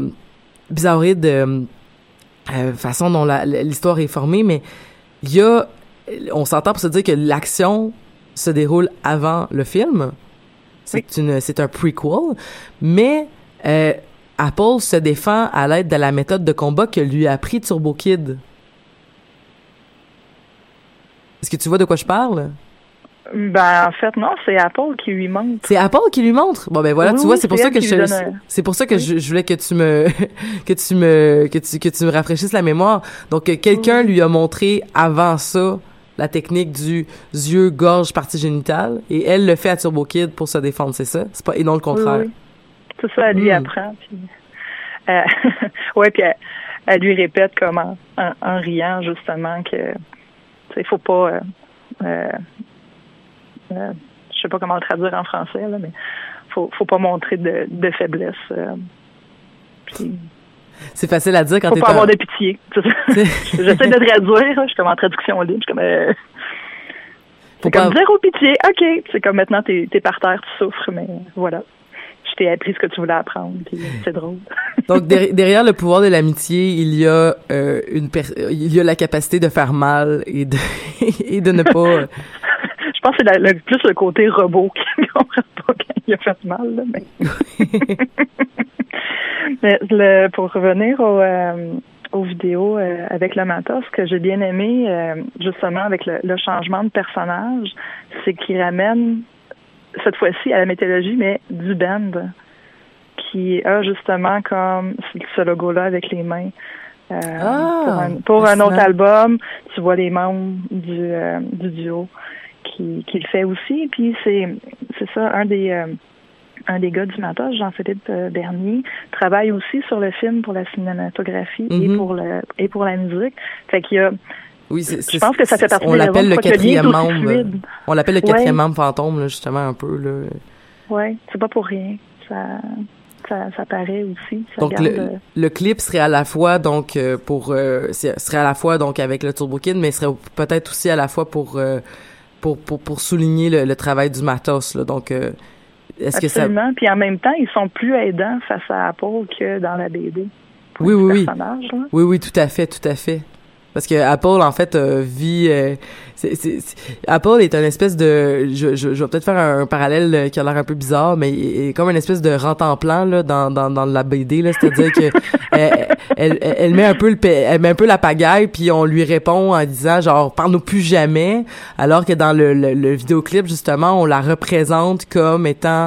façon dont l'histoire est formée, mais on s'entend pour se dire que l'action se déroule avant le film. C'est un prequel, mais Apple se défend à l'aide de la méthode de combat que lui a appris Turbo Kid. Est-ce que tu vois de quoi je parle? Ben, en fait, non, c'est Apple qui lui montre. C'est Apple qui lui montre? Bon, ben voilà, oui, tu vois, c'est pour ça que c'est pour ça que je voulais que tu me rafraîchisses la mémoire. Donc, quelqu'un lui a montré avant ça la technique du yeux, gorge, partie génitale, et elle le fait à Turbo Kid pour se défendre, c'est ça? C'est pas, et non le contraire. Oui. Tout ça, elle lui apprend. Puis, ouais, puis elle lui répète comme en riant, justement, que il faut pas... je sais pas comment le traduire en français, là, mais faut pas montrer de faiblesse. Puis, c'est facile à dire quand faut pas avoir de pitié. J'essaie de traduire, je suis comme en traduction libre, je suis comme... c'est comme zéro pitié, OK. C'est comme maintenant, t'es par terre, tu souffres, mais voilà. Je t'ai appris ce que tu voulais apprendre, puis c'est drôle. Donc, derrière le pouvoir de l'amitié, il y a il y a la capacité de faire mal et de ne pas... Je pense que c'est plus le côté robot qui ne comprend pas quand il a fait mal, là, mais pour revenir aux vidéos avec le matos, ce que j'ai bien aimé, justement, avec le changement de personnage, c'est qu'il ramène cette fois-ci à la mythologie, mais du band, qui a justement comme ce logo-là avec les mains. Pour un autre album, tu vois les membres du duo qui le fait aussi. Puis c'est ça, un des gars du matos, Jean-Philippe Bernier, travaille aussi sur le film pour la cinématographie et pour la musique. Fait qu'il y a... Oui, je pense que ça fait partie on l'appelle le quatrième membre. On l'appelle le quatrième membre fantôme, là, justement, un peu, là. Ouais, c'est pas pour rien. Ça paraît aussi. Ça donc le clip serait à la fois donc serait à la fois donc avec le Turbo Kid, mais serait peut-être aussi à la fois pour souligner le travail du matos, là. Donc est-ce que ça... Absolument. Puis en même temps, ils sont plus aidants face à Apple que dans la BD. Oui. Oui, tout à fait. Parce que Apple, en fait, vit... Apple est une espèce de... Je vais peut-être faire un parallèle qui a l'air un peu bizarre, mais il est comme une espèce de rente-en-plan là, dans la BD, là. C'est-à-dire que elle met un peu la pagaille, puis on lui répond en disant, genre, parle-nous plus jamais, alors que dans le vidéoclip, justement, on la représente comme étant...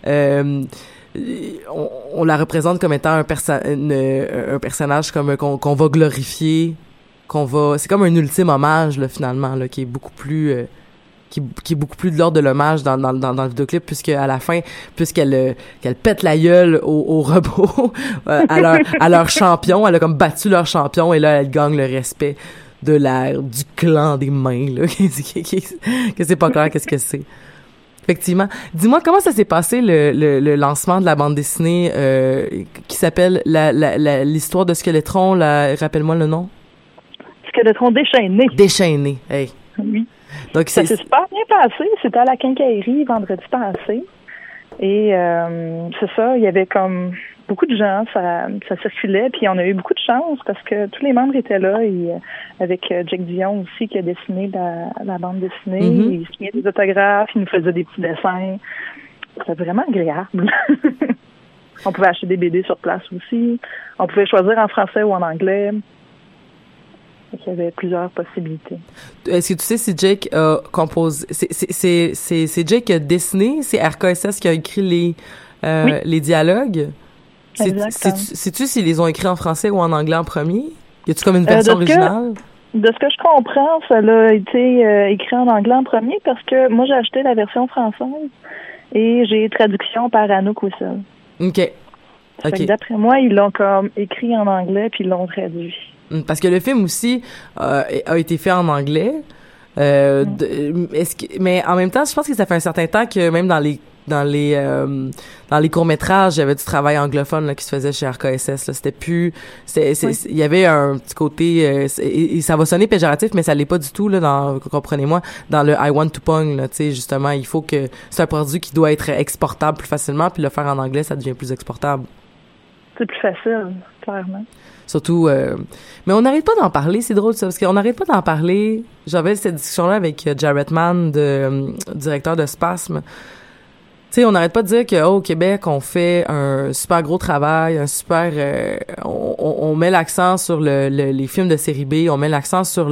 on la représente comme étant un personnage comme qu'on va glorifier, c'est comme un ultime hommage là, finalement là, qui est beaucoup plus qui est beaucoup plus de l'ordre de l'hommage dans le vidéoclip, puisque à la fin, puisqu'elle pète la gueule aux robots à leur champion, elle a comme battu leur champion, et là elle gagne le respect du clan des mains là, que c'est pas clair qu'est-ce que c'est. Effectivement. Dis-moi, comment ça s'est passé le lancement de la bande dessinée qui s'appelle l'histoire de Skeletron, rappelle-moi le nom. Skeletron déchaîné. Déchaîné, hey. Oui. Donc ça s'est super bien passé. C'était à la quincaillerie vendredi passé. Et c'est ça, il y avait comme beaucoup de gens, ça circulait, puis on a eu beaucoup de chance parce que tous les membres étaient là, et avec Jack Dion aussi qui a dessiné la bande dessinée, il signait des autographes, il nous faisait des petits dessins. C'était vraiment agréable. On pouvait acheter des BD sur place aussi. On pouvait choisir en français ou en anglais. Il y avait plusieurs possibilités. Est-ce que tu sais si Jake a composé... C'est Jake qui a dessiné? C'est RKSS qui a écrit les dialogues? Exactement. Sais-tu s'ils les ont écrits en français ou en anglais en premier? Y a-tu comme une version originale? De ce que je comprends, ça a été écrit en anglais en premier parce que moi, j'ai acheté la version française et j'ai traduction par Anouk Wissel. OK. D'après moi, ils l'ont comme écrit en anglais puis ils l'ont traduit. Parce que le film aussi a été fait en anglais. Mais en même temps, je pense que ça fait un certain temps que même dans les courts-métrages, il y avait du travail anglophone là, qui se faisait chez RKSS. Là. C'était plus... Il y avait un petit côté... et ça va sonner péjoratif, mais ça l'est pas du tout, là, comprenez-moi, dans le I want to pong, là, tu sais, justement, il faut que... C'est un produit qui doit être exportable plus facilement, puis le faire en anglais, ça devient plus exportable. C'est plus facile, clairement. Surtout... mais on n'arrête pas d'en parler, c'est drôle ça, parce qu'on n'arrête pas d'en parler. J'avais cette discussion-là avec Jarrett Mann, directeur de Spasme. Tu sais, on n'arrête pas de dire qu'au Québec, on fait un super gros travail, on met l'accent sur les films de série B, on met l'accent sur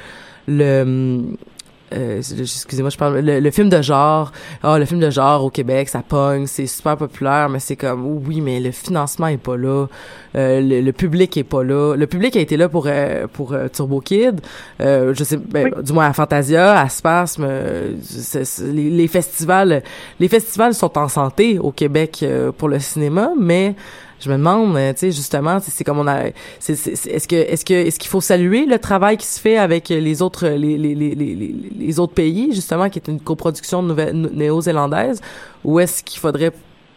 excusez-moi, je parle le film de genre. Le film de genre au Québec, ça pogne, c'est super populaire, mais c'est comme oui, mais le financement est pas là, le public est pas là. Le public a été là pour Turbo Kid, je sais, du moins à Fantasia, à Spasme, les festivals sont en santé au Québec pour le cinéma, mais je me demande, tu sais, justement, c'est comme est-ce qu'il faut saluer le travail qui se fait avec les autres pays, justement, qui est une coproduction néo-zélandaise, ou est-ce qu'il faudrait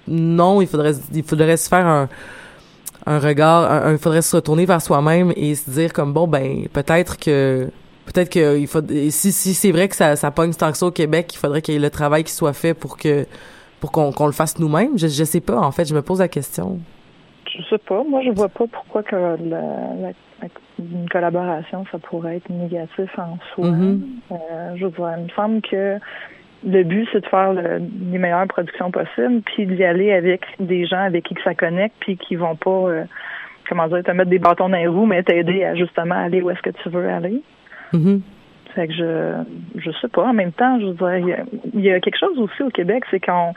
se faire un regard, il faudrait se retourner vers soi-même et se dire comme peut-être que il faut, si c'est vrai que ça pogne tant que ça au Québec, il faudrait qu'il y ait le travail qui soit fait pour qu'on le fasse nous-mêmes. Je sais pas, en fait, je me pose la question. Je sais pas. Moi, je vois pas pourquoi que une collaboration, ça pourrait être négatif en soi. Mm-hmm. Je veux dire, il me semble que le but, c'est de faire les meilleures productions possibles, puis d'y aller avec des gens avec qui ça connecte, puis qui vont pas, te mettre des bâtons dans les roues, mais t'aider à justement aller où est-ce que tu veux aller. Mm-hmm. Fait que je sais pas. En même temps, je veux dire, il y a quelque chose aussi au Québec, c'est qu'on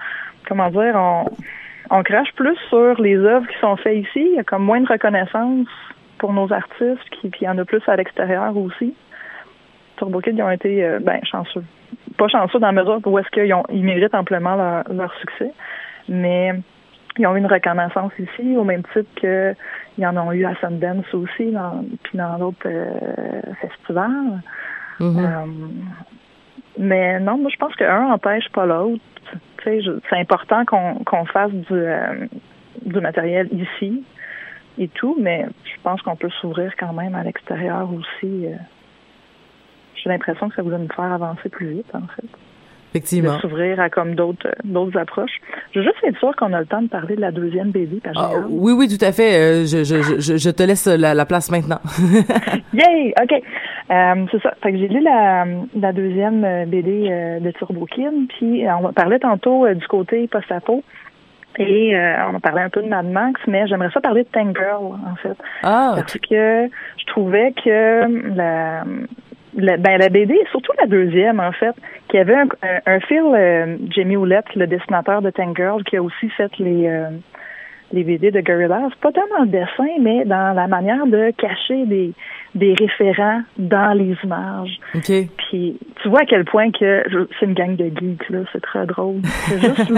crache plus sur les œuvres qui sont faites ici. Il y a comme moins de reconnaissance pour nos artistes, puis il y en a plus à l'extérieur aussi. Turbo Kid, ils ont été chanceux. Pas chanceux dans la mesure où est-ce qu'ils méritent amplement leur succès, mais ils ont eu une reconnaissance ici, au même titre qu'ils en ont eu à Sundance aussi, puis dans d'autres festivals. Mm-hmm. Mais non, moi je pense qu'un n'empêche pas l'autre. C'est important qu'on fasse du matériel ici et tout, mais je pense qu'on peut s'ouvrir quand même à l'extérieur aussi. J'ai l'impression que ça voudrait nous faire avancer plus vite, en fait. Effectivement. De s'ouvrir à comme d'autres approches. Je veux juste être sûre qu'on a le temps de parler de la deuxième BD. Oui, tout à fait. Je te laisse la place maintenant. Yay! OK. C'est ça. Fait que j'ai lu la deuxième BD de Turbo Kid, puis on parlait tantôt du côté post-apo, et on a parlé un peu de Mad Max, mais j'aimerais ça parler de Tank Girl, en fait. Parce que je trouvais que la BD, surtout la deuxième, en fait, qui avait un Phil Jamie Houellette, le dessinateur de Tank Girl, qui a aussi fait les BD de Gorillaz, pas tellement dans le dessin, mais dans la manière de cacher des référents dans les images. Okay. Puis tu vois à quel point que c'est une gang de geeks, là, c'est très drôle. C'est juste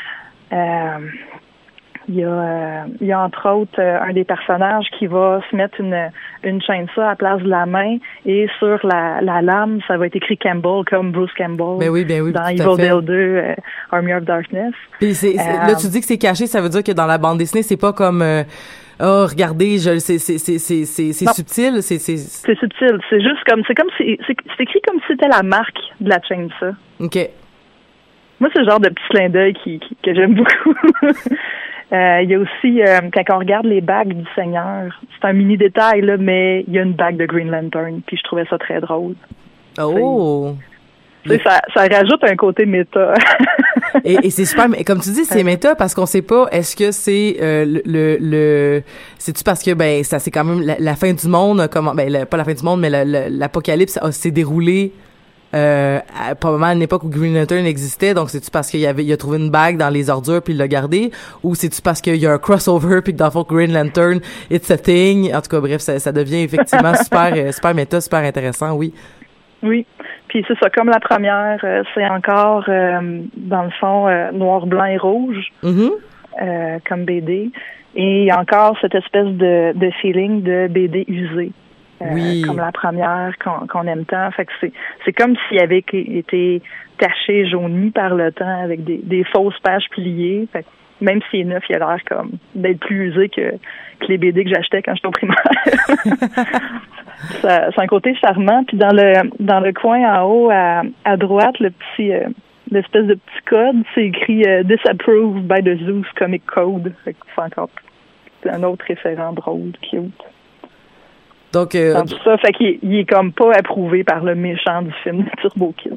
il y a entre autres un des personnages qui va se mettre une chainsaw à la place de la main, et sur la lame, ça va être écrit Campbell, comme Bruce Campbell. Ben oui, dans Evil Dead 2, Army of Darkness. Puis là, tu dis que c'est caché, ça veut dire que dans la bande dessinée, c'est pas comme regardez, c'est subtil, c'est subtil, c'est juste comme c'est écrit comme si c'était la marque de la chainsaw. OK. Moi, c'est le genre de petit clin d'œil que j'aime beaucoup. Il y a aussi, quand on regarde les bagues du Seigneur, c'est un mini détail, là, mais il y a une bague de Green Lantern, puis je trouvais ça très drôle. Oh! Ça rajoute un côté méta. Et c'est super, mais comme tu dis, c'est méta parce qu'on sait pas, est-ce que c'est c'est-tu parce que ben ça c'est quand même la fin du monde, comment pas la fin du monde, mais l'apocalypse s'est déroulé probablement à une époque où Green Lantern existait, donc c'est-tu parce qu'il a trouvé une bague dans les ordures puis il l'a gardée, ou c'est-tu parce qu'il y a un crossover puis que dans le fond Green Lantern it's a thing. En tout cas, bref, ça devient effectivement super méta, super intéressant, oui. Oui, puis c'est ça, comme la première, c'est encore dans le fond noir, blanc et rouge, comme BD, et il y a encore cette espèce de feeling de BD usée. Oui. Comme la première qu'on aime tant. Fait que c'est comme s'il avait été taché, jauni par le temps avec des fausses pages pliées. Fait que même s'il est neuf, il a l'air comme d'être plus usé que les BD que j'achetais quand j'étais au primaire. C'est un côté charmant. Puis dans le coin en haut à droite, l'espèce de petit code, c'est écrit Disapproved by the Zeus Comic Code. Fait que c'est encore un autre référent drôle, cute. Donc, tout ça, fait qu'il est comme pas approuvé par le méchant du film de Turbo Kid.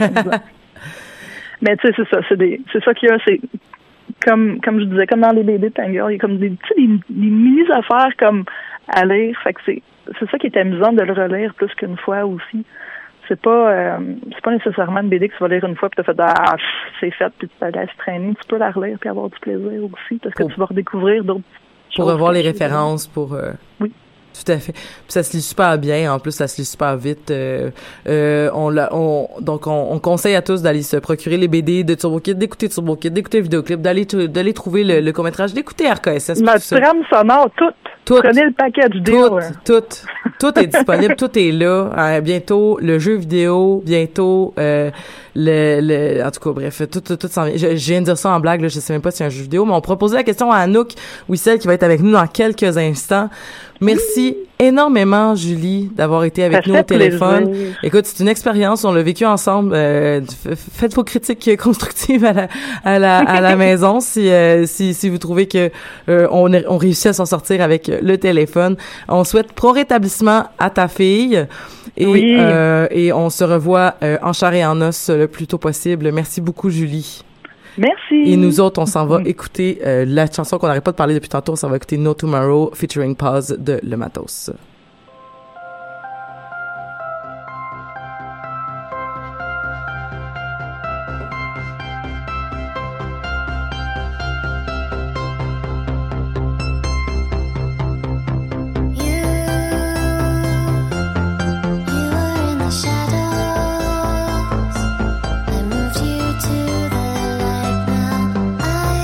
Mais tu sais, c'est ça, c'est ça qu'il y a, c'est comme je disais, comme dans les BD de Tangle, il y a comme des mini affaires comme à lire, fait que c'est ça qui est amusant de le relire plus qu'une fois aussi. C'est pas nécessairement une BD que tu vas lire une fois puis t'as fait c'est fait puis tu te laisses traîner, tu peux la relire puis avoir du plaisir aussi parce que tu vas redécouvrir d'autres choses. Pour revoir les références, oui. Tout à fait. Puis ça se lit super bien. En plus, ça se lit super vite. Donc, on conseille à tous d'aller se procurer les BD de Turbo Kid, d'écouter Turbo Kid, d'écouter le vidéoclip, d'aller trouver le court-métrage, d'écouter RKSS. La trame sonore, tout. Prenez le paquet du deal. Tout est disponible, tout est là. Bientôt, le jeu vidéo, bientôt, en tout cas, bref, tout s'en vient. Je viens de dire ça en blague, là, je sais même pas si c'est un jeu vidéo, mais on proposait la question à Anouk Wissel qui va être avec nous dans quelques instants. Merci énormément, Julie, d'avoir été avec nous au téléphone. Plaisir. Écoute, c'est une expérience, on l'a vécu ensemble. Faites vos critiques constructives à la maison si vous trouvez que on réussit à s'en sortir avec le téléphone. On souhaite prompt rétablissement à ta fille et on se revoit en chair et en os le plus tôt possible. Merci beaucoup, Julie. Merci. Et nous autres, on s'en va écouter la chanson qu'on n'arrête pas de parler depuis tantôt. On s'en va écouter No Tomorrow featuring Pause de Le Matos.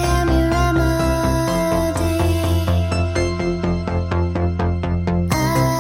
I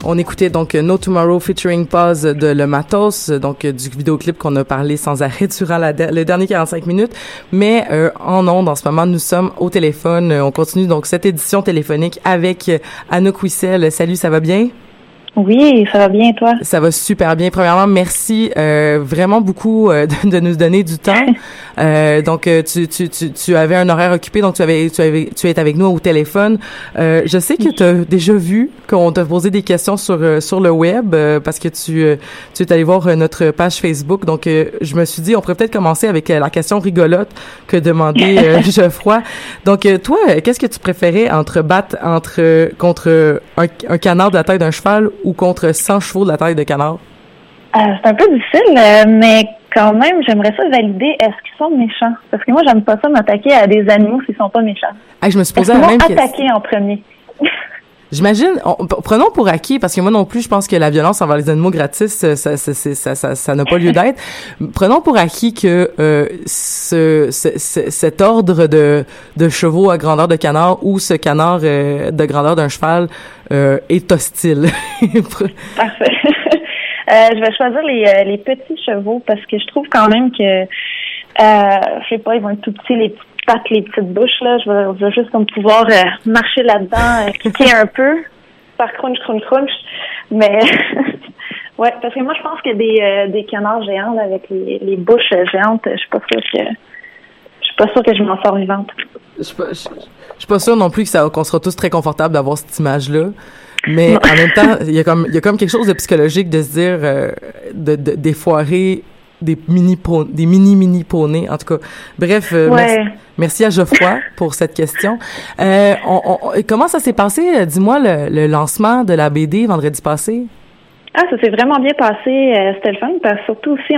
On écoutait donc No Tomorrow featuring Pause de Le Matos, donc du vidéoclip qu'on a parlé sans arrêt durant les derniers 45 minutes. Mais en ondes, en ce moment, nous sommes au téléphone. On continue donc cette édition téléphonique avec Anouk Wissel. Salut, ça va bien? Oui, ça va bien, toi? Ça va super bien. Premièrement, merci vraiment beaucoup de nous donner du temps. Donc, tu avais un horaire occupé, donc tu es avec nous au téléphone. Je sais que tu as déjà vu qu'on t'a posé des questions sur le web parce que tu es allé voir notre page Facebook. Donc, je me suis dit, on pourrait peut-être commencer avec la question rigolote que demandait Geoffroy. Donc, toi, qu'est-ce que tu préférais contre un canard de la taille d'un cheval ou contre 100 chevaux de la taille de canard? C'est un peu difficile, mais quand même, j'aimerais ça valider. Est-ce qu'ils sont méchants? Parce que moi, j'aime pas ça m'attaquer à des animaux s'ils sont pas méchants. Je me suis posé la même question. Attaquer en premier. J'imagine, prenons pour acquis, parce que moi non plus, je pense que la violence envers les animaux gratis, ça n'a pas lieu d'être. Prenons pour acquis que cet ordre de chevaux à grandeur de canard ou ce canard de grandeur d'un cheval est hostile. Parfait. Je vais choisir les petits chevaux parce que je trouve quand même que je sais pas, ils vont être tout petits, les petites pattes, les petites bouches, là. Je vais juste comme pouvoir marcher là-dedans, cliquer un peu, faire crunch. Mais ouais, parce que moi je pense que des canards géants là, avec les bouches géantes, je suis pas sûre que je m'en sors vivante. Je suis pas sûre non plus qu'on sera tous très confortables d'avoir cette image-là. Mais en même temps, il y a comme quelque chose de psychologique de se dire d'effoirer des mini poneys, en tout cas. Bref, merci à Geoffroy pour cette question. Comment ça s'est passé? Dis-moi le lancement de la BD vendredi passé. Ça s'est vraiment bien passé, c'était le fun, parce que surtout aussi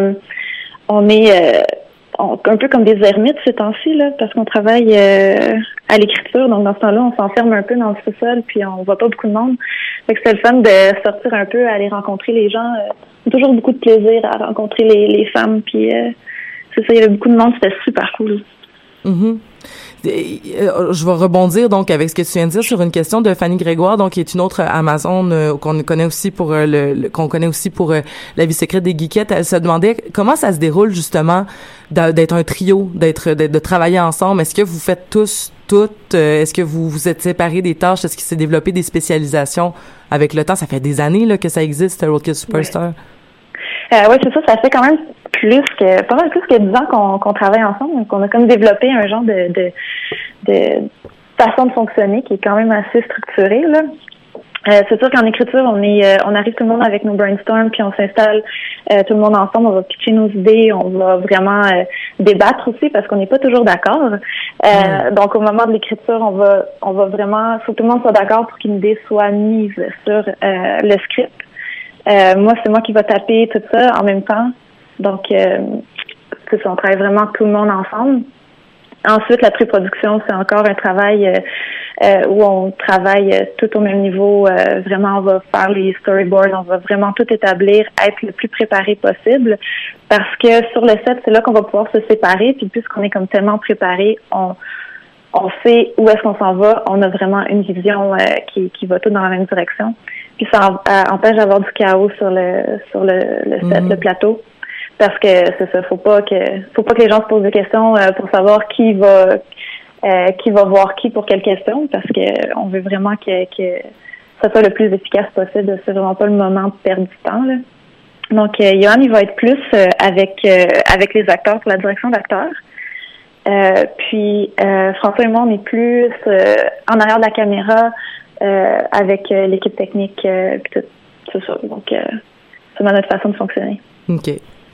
on est un peu comme des ermites ces temps-ci, là, parce qu'on travaille à l'écriture, donc dans ce temps-là, on s'enferme un peu dans le sous-sol, puis on voit pas beaucoup de monde. Fait que c'était le fun de sortir un peu, aller rencontrer les gens. Toujours beaucoup de plaisir à rencontrer les femmes, puis c'est ça, il y avait beaucoup de monde, c'était super cool. Mm-hmm. Je vais rebondir donc avec ce que tu viens de dire sur une question de Fanny Grégoire, donc qui est une autre Amazon qu'on connaît aussi pour La vie secrète des geekettes. Elle se demandait comment ça se déroule justement d'être un trio, de travailler ensemble. Est-ce que vous faites toutes? Est-ce que vous êtes séparés des tâches? Est-ce qu'il s'est développé des spécialisations avec le temps? Ça fait des années là que ça existe, Roadkill Superstar. Oui, c'est ça. Ça fait quand même pas mal plus que 10 ans qu'on travaille ensemble. Donc, on a comme développé un genre de façon de fonctionner qui est quand même assez structurée, là. C'est sûr qu'en écriture, on arrive tout le monde avec nos brainstorms, puis on s'installe tout le monde ensemble, on va pitcher nos idées, on va vraiment débattre aussi parce qu'on n'est pas toujours d'accord. Donc au moment de l'écriture, on va vraiment, faut que tout le monde soit d'accord pour qu'une idée soit mise sur le script. Moi, c'est moi qui va taper tout ça en même temps. Donc c'est ça, on travaille vraiment tout le monde ensemble. Ensuite, la pré-production, c'est encore un travail où on travaille tout au même niveau. Vraiment, on va faire les storyboards, on va vraiment tout établir, être le plus préparé possible. Parce que sur le set, c'est là qu'on va pouvoir se séparer. Puis puisqu'on est comme tellement préparé, on sait où est-ce qu'on s'en va. On a vraiment une vision qui va tout dans la même direction. Puis ça empêche d'avoir du chaos sur le set, le plateau. Parce que c'est ça, faut pas que les gens se posent des questions pour savoir qui va voir qui pour quelle question, parce que on veut vraiment que ça soit le plus efficace possible. C'est vraiment pas le moment de perdre du temps, là. Donc Johan, il va être plus avec les acteurs, pour la direction d'acteurs. Puis François et moi, on est plus en arrière de la caméra avec l'équipe technique puis tout ça. Donc c'est notre façon de fonctionner. OK.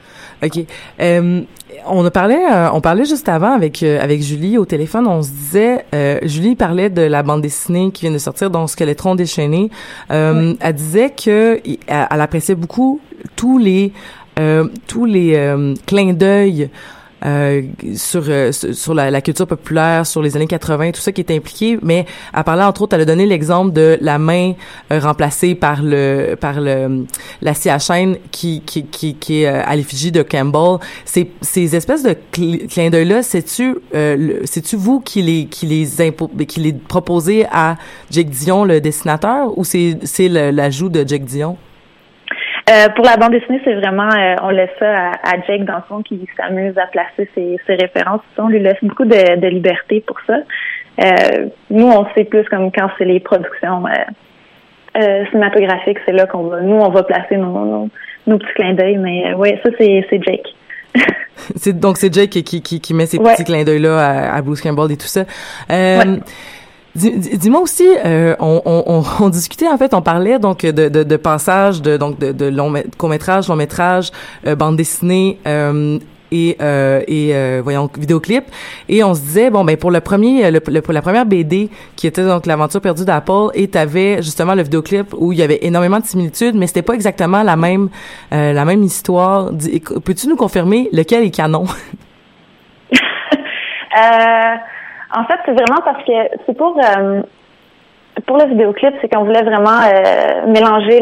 On parlait juste avant avec Julie au téléphone. On se disait, Julie parlait de la bande dessinée qui vient de sortir, donc Skeletron déchaîné. Elle disait que elle appréciait beaucoup tous les clins d'œil sur la culture populaire, sur les années 80, tout ça qui est impliqué, mais elle parlait entre autres, elle a donné l'exemple de la main remplacée par l'acier à chaîne qui est à l'effigie de Campbell. Ces espèces de clins d'œil-là, c'est-tu vous qui les proposez à Jake Dion, le dessinateur, ou c'est l'ajout de Jake Dion? Pour la bande dessinée, c'est vraiment, on laisse ça à Jake, dans le fond, qui s'amuse à placer ses références. On lui laisse beaucoup de liberté pour ça. Nous, on sait plus comme quand c'est les productions cinématographiques, c'est là on va placer nos petits clins d'œil, mais ouais, ça, c'est Jake. Donc c'est Jake qui met ces petits clins d'œil-là à Bruce Campbell et tout ça. Dis-moi aussi, on discutait, en fait, on parlait donc de passage de court-métrage, long-métrage, bande dessinée et voyons, vidéoclip, et on se disait pour la première BD qui était donc l'aventure perdue d'Apple, et t'avais justement le vidéoclip où il y avait énormément de similitudes, mais c'était pas exactement la même histoire. Peux-tu nous confirmer lequel est canon? En fait, c'est vraiment parce que c'est pour le vidéoclip, c'est qu'on voulait vraiment mélanger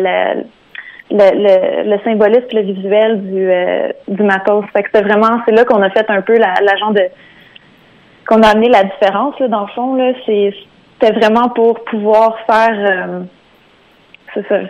le symbolisme, le visuel du matos. Fait que c'est là qu'on a fait un peu la genre qu'on a amené la différence là, dans le fond là. C'était vraiment pour pouvoir faire c'est ça.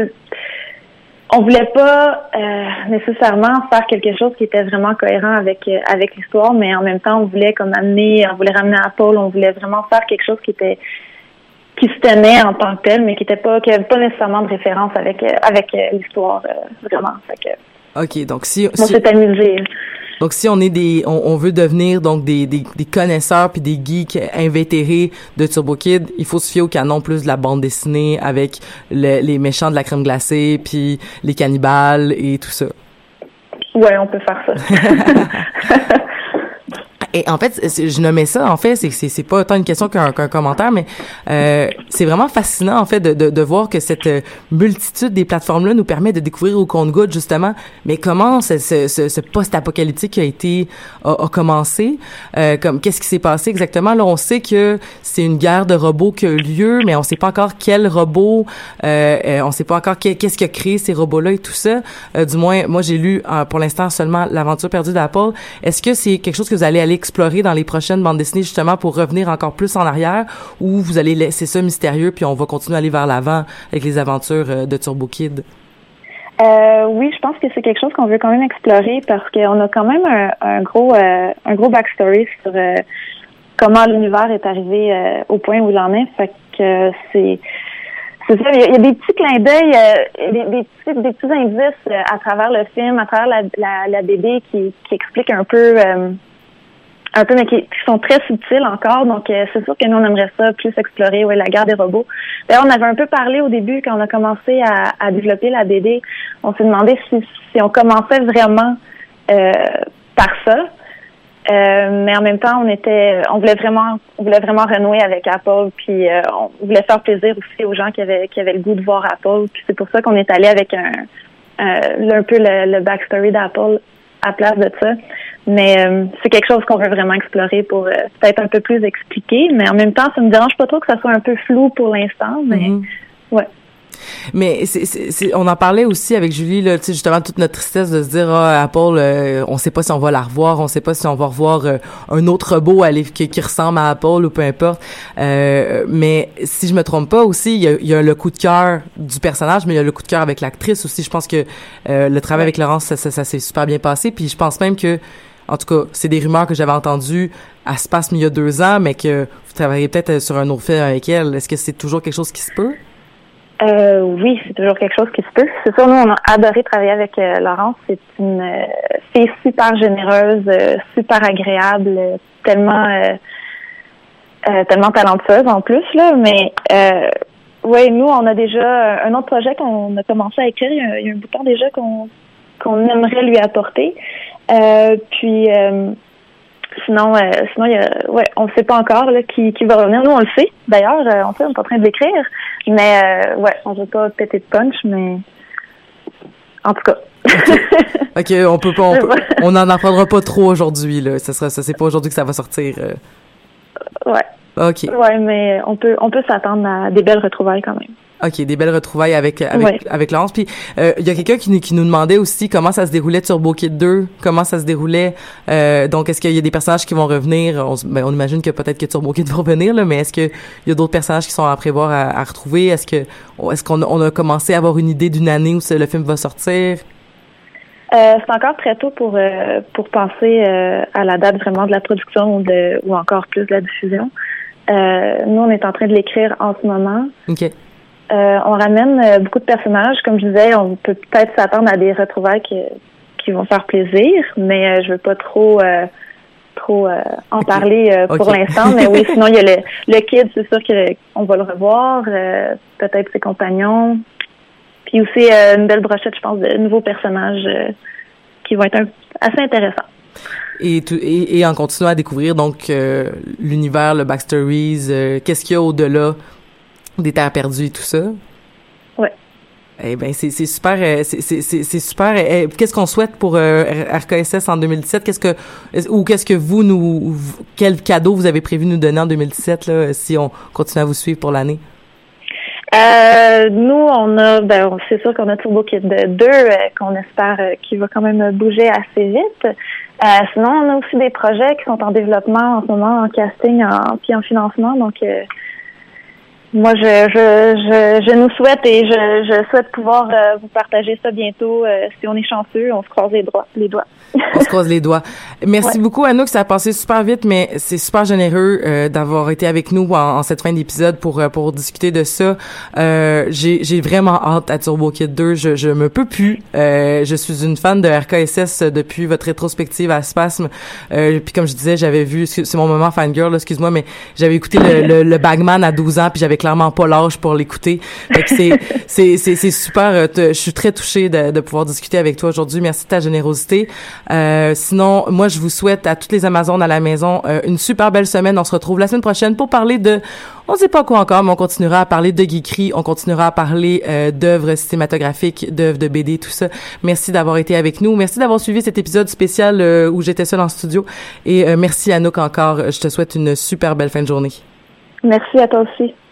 On voulait pas nécessairement faire quelque chose qui était vraiment cohérent avec l'histoire, mais en même temps on voulait ramener Apple, on voulait vraiment faire quelque chose qui se tenait en tant que tel, mais qui avait pas nécessairement de référence avec l'histoire vraiment. Fait que, OK, donc on s'est amusé. Donc si on est on veut devenir donc des connaisseurs puis des geeks invétérés de Turbo Kid, il faut se fier au canon plus de la bande dessinée avec les méchants de la crème glacée puis les cannibales et tout ça. Ouais, on peut faire ça. Et en fait, je nommais ça, en fait, c'est pas tant une question qu'un commentaire, mais c'est vraiment fascinant, en fait, de voir que cette multitude des plateformes-là nous permet de découvrir au compte-gouttes, justement, mais comment ce post-apocalyptique a commencé, qu'est-ce qui s'est passé exactement. Là, on sait que c'est une guerre de robots qui a eu lieu, mais on sait pas encore quel robot, on sait pas encore qu'est-ce qui a créé ces robots-là et tout ça. Du moins, moi, j'ai lu pour l'instant seulement l'aventure perdue d'Apple. Est-ce que c'est quelque chose que vous allez explorer dans les prochaines bandes dessinées justement pour revenir encore plus en arrière, ou vous allez laisser ça mystérieux puis on va continuer à aller vers l'avant avec les aventures de Turbo Kid? Oui, je pense que c'est quelque chose qu'on veut quand même explorer parce qu'on a quand même un gros backstory sur comment l'univers est arrivé au point où il en est. Fait que c'est ça, il y a des petits clins d'œil, des petits indices à travers le film, à travers la BD qui expliquent un peu mais qui sont très subtils encore, donc c'est sûr que nous on aimerait ça plus explorer la guerre des robots. D'ailleurs, on avait un peu parlé au début quand on a commencé à développer la BD, on s'est demandé si on commençait vraiment par ça, mais en même temps on voulait vraiment renouer avec Apple, puis on voulait faire plaisir aussi aux gens qui avaient le goût de voir Apple, puis c'est pour ça qu'on est allé avec un peu le backstory d'Apple à place de ça. Mais c'est quelque chose qu'on veut vraiment explorer pour peut-être un peu plus expliquer. Mais en même temps, ça me dérange pas trop que ça soit un peu flou pour l'instant. Mais ouais. Mais on en parlait aussi avec Julie, là, tu sais, justement, toute notre tristesse de se dire, Apple, on sait pas si on va la revoir, on sait pas si on va revoir un autre robot qui ressemble à Apple ou peu importe. Mais si je me trompe pas aussi, il y a le coup de cœur du personnage, mais il y a le coup de cœur avec l'actrice aussi. Je pense que le travail avec Laurence, ça s'est super bien passé. Puis je pense même que, en tout cas, c'est des rumeurs que j'avais entendues à se passe il y a 2 ans, mais que vous travaillez peut-être sur un autre film avec elle. Est-ce que c'est toujours quelque chose qui se peut? Oui, c'est toujours quelque chose qui se peut. C'est sûr, nous, on a adoré travailler avec Laurence. C'est une fille super généreuse, super agréable, tellement talentueuse en plus, là. Mais oui, nous, on a déjà un autre projet qu'on a commencé à écrire. Il y a un bout de temps déjà qu'on aimerait lui apporter. Puis sinon il y a, on ne sait pas encore là qui va revenir. Nous on le sait d'ailleurs, on est en train de l'écrire, mais on veut pas péter de punch, mais en tout cas. Ok, on n'en apprendra pas trop aujourd'hui, là. Ça, c'est pas aujourd'hui que ça va sortir. Ouais. Ok. Ouais, mais on peut s'attendre à des belles retrouvailles quand même. OK, des belles retrouvailles avec Laurence. Puis il y a quelqu'un qui nous demandait aussi comment ça se déroulait Turbo Kid 2, comment ça se déroulait. Donc est-ce qu'il y a des personnages qui vont revenir? On imagine que peut-être que Turbo Kid va revenir là, mais est-ce que il y a d'autres personnages qui sont à prévoir à retrouver? Est-ce qu'on a commencé à avoir une idée d'une année où le film va sortir? C'est encore très tôt pour penser à la date vraiment de la production ou encore plus de la diffusion. Nous, on est en train de l'écrire en ce moment. OK. On ramène beaucoup de personnages. Comme je disais, on peut peut-être s'attendre à des retrouvailles qui vont faire plaisir, mais je veux pas trop en parler pour l'instant. Mais oui, sinon, il y a le kid, c'est sûr qu'on va le revoir. Peut-être ses compagnons. Puis aussi une belle brochette, je pense, de nouveaux personnages qui vont être assez intéressants. Et en continuant à découvrir donc l'univers, le backstories, qu'est-ce qu'il y a au-delà des terres perdues et tout ça? Ouais. Eh ben c'est super, c'est super. Qu'est-ce qu'on souhaite pour RKSS en 2017? Quel cadeau vous avez prévu nous donner en 2017 là, si on continue à vous suivre pour l'année? Nous, on a, c'est sûr qu'on a Turbo Kid 2 qu'on espère qu'il va quand même bouger assez vite. Sinon, on a aussi des projets qui sont en développement en ce moment, en casting, puis en financement. Donc, moi, je nous souhaite et je souhaite pouvoir vous partager ça bientôt. Si on est chanceux, on se croise les doigts. On se croise les doigts. Merci beaucoup, Anouk. Ça a passé super vite, mais c'est super généreux d'avoir été avec nous en cette fin d'épisode pour discuter de ça. J'ai vraiment hâte à Turbo Kid 2. Je me peux plus. Je suis une fan de RKSS depuis votre rétrospective à Spasme. Puis comme je disais, j'avais vu, c'est mon moment fangirl, là, excuse-moi, mais j'avais écouté le Bagman à 12 ans, puis j'avais clairement pas l'âge pour l'écouter. Fait que c'est super. Je suis très touchée de pouvoir discuter avec toi aujourd'hui. Merci de ta générosité. Sinon, moi, je vous souhaite à toutes les Amazones à la maison une super belle semaine. On se retrouve la semaine prochaine pour parler on ne sait pas quoi encore, mais on continuera à parler de geekerie, on continuera à parler d'œuvres cinématographiques, d'œuvres de BD, tout ça. Merci d'avoir été avec nous. Merci d'avoir suivi cet épisode spécial où j'étais seule en studio. Et merci Anouk encore. Je te souhaite une super belle fin de journée. Merci à toi aussi.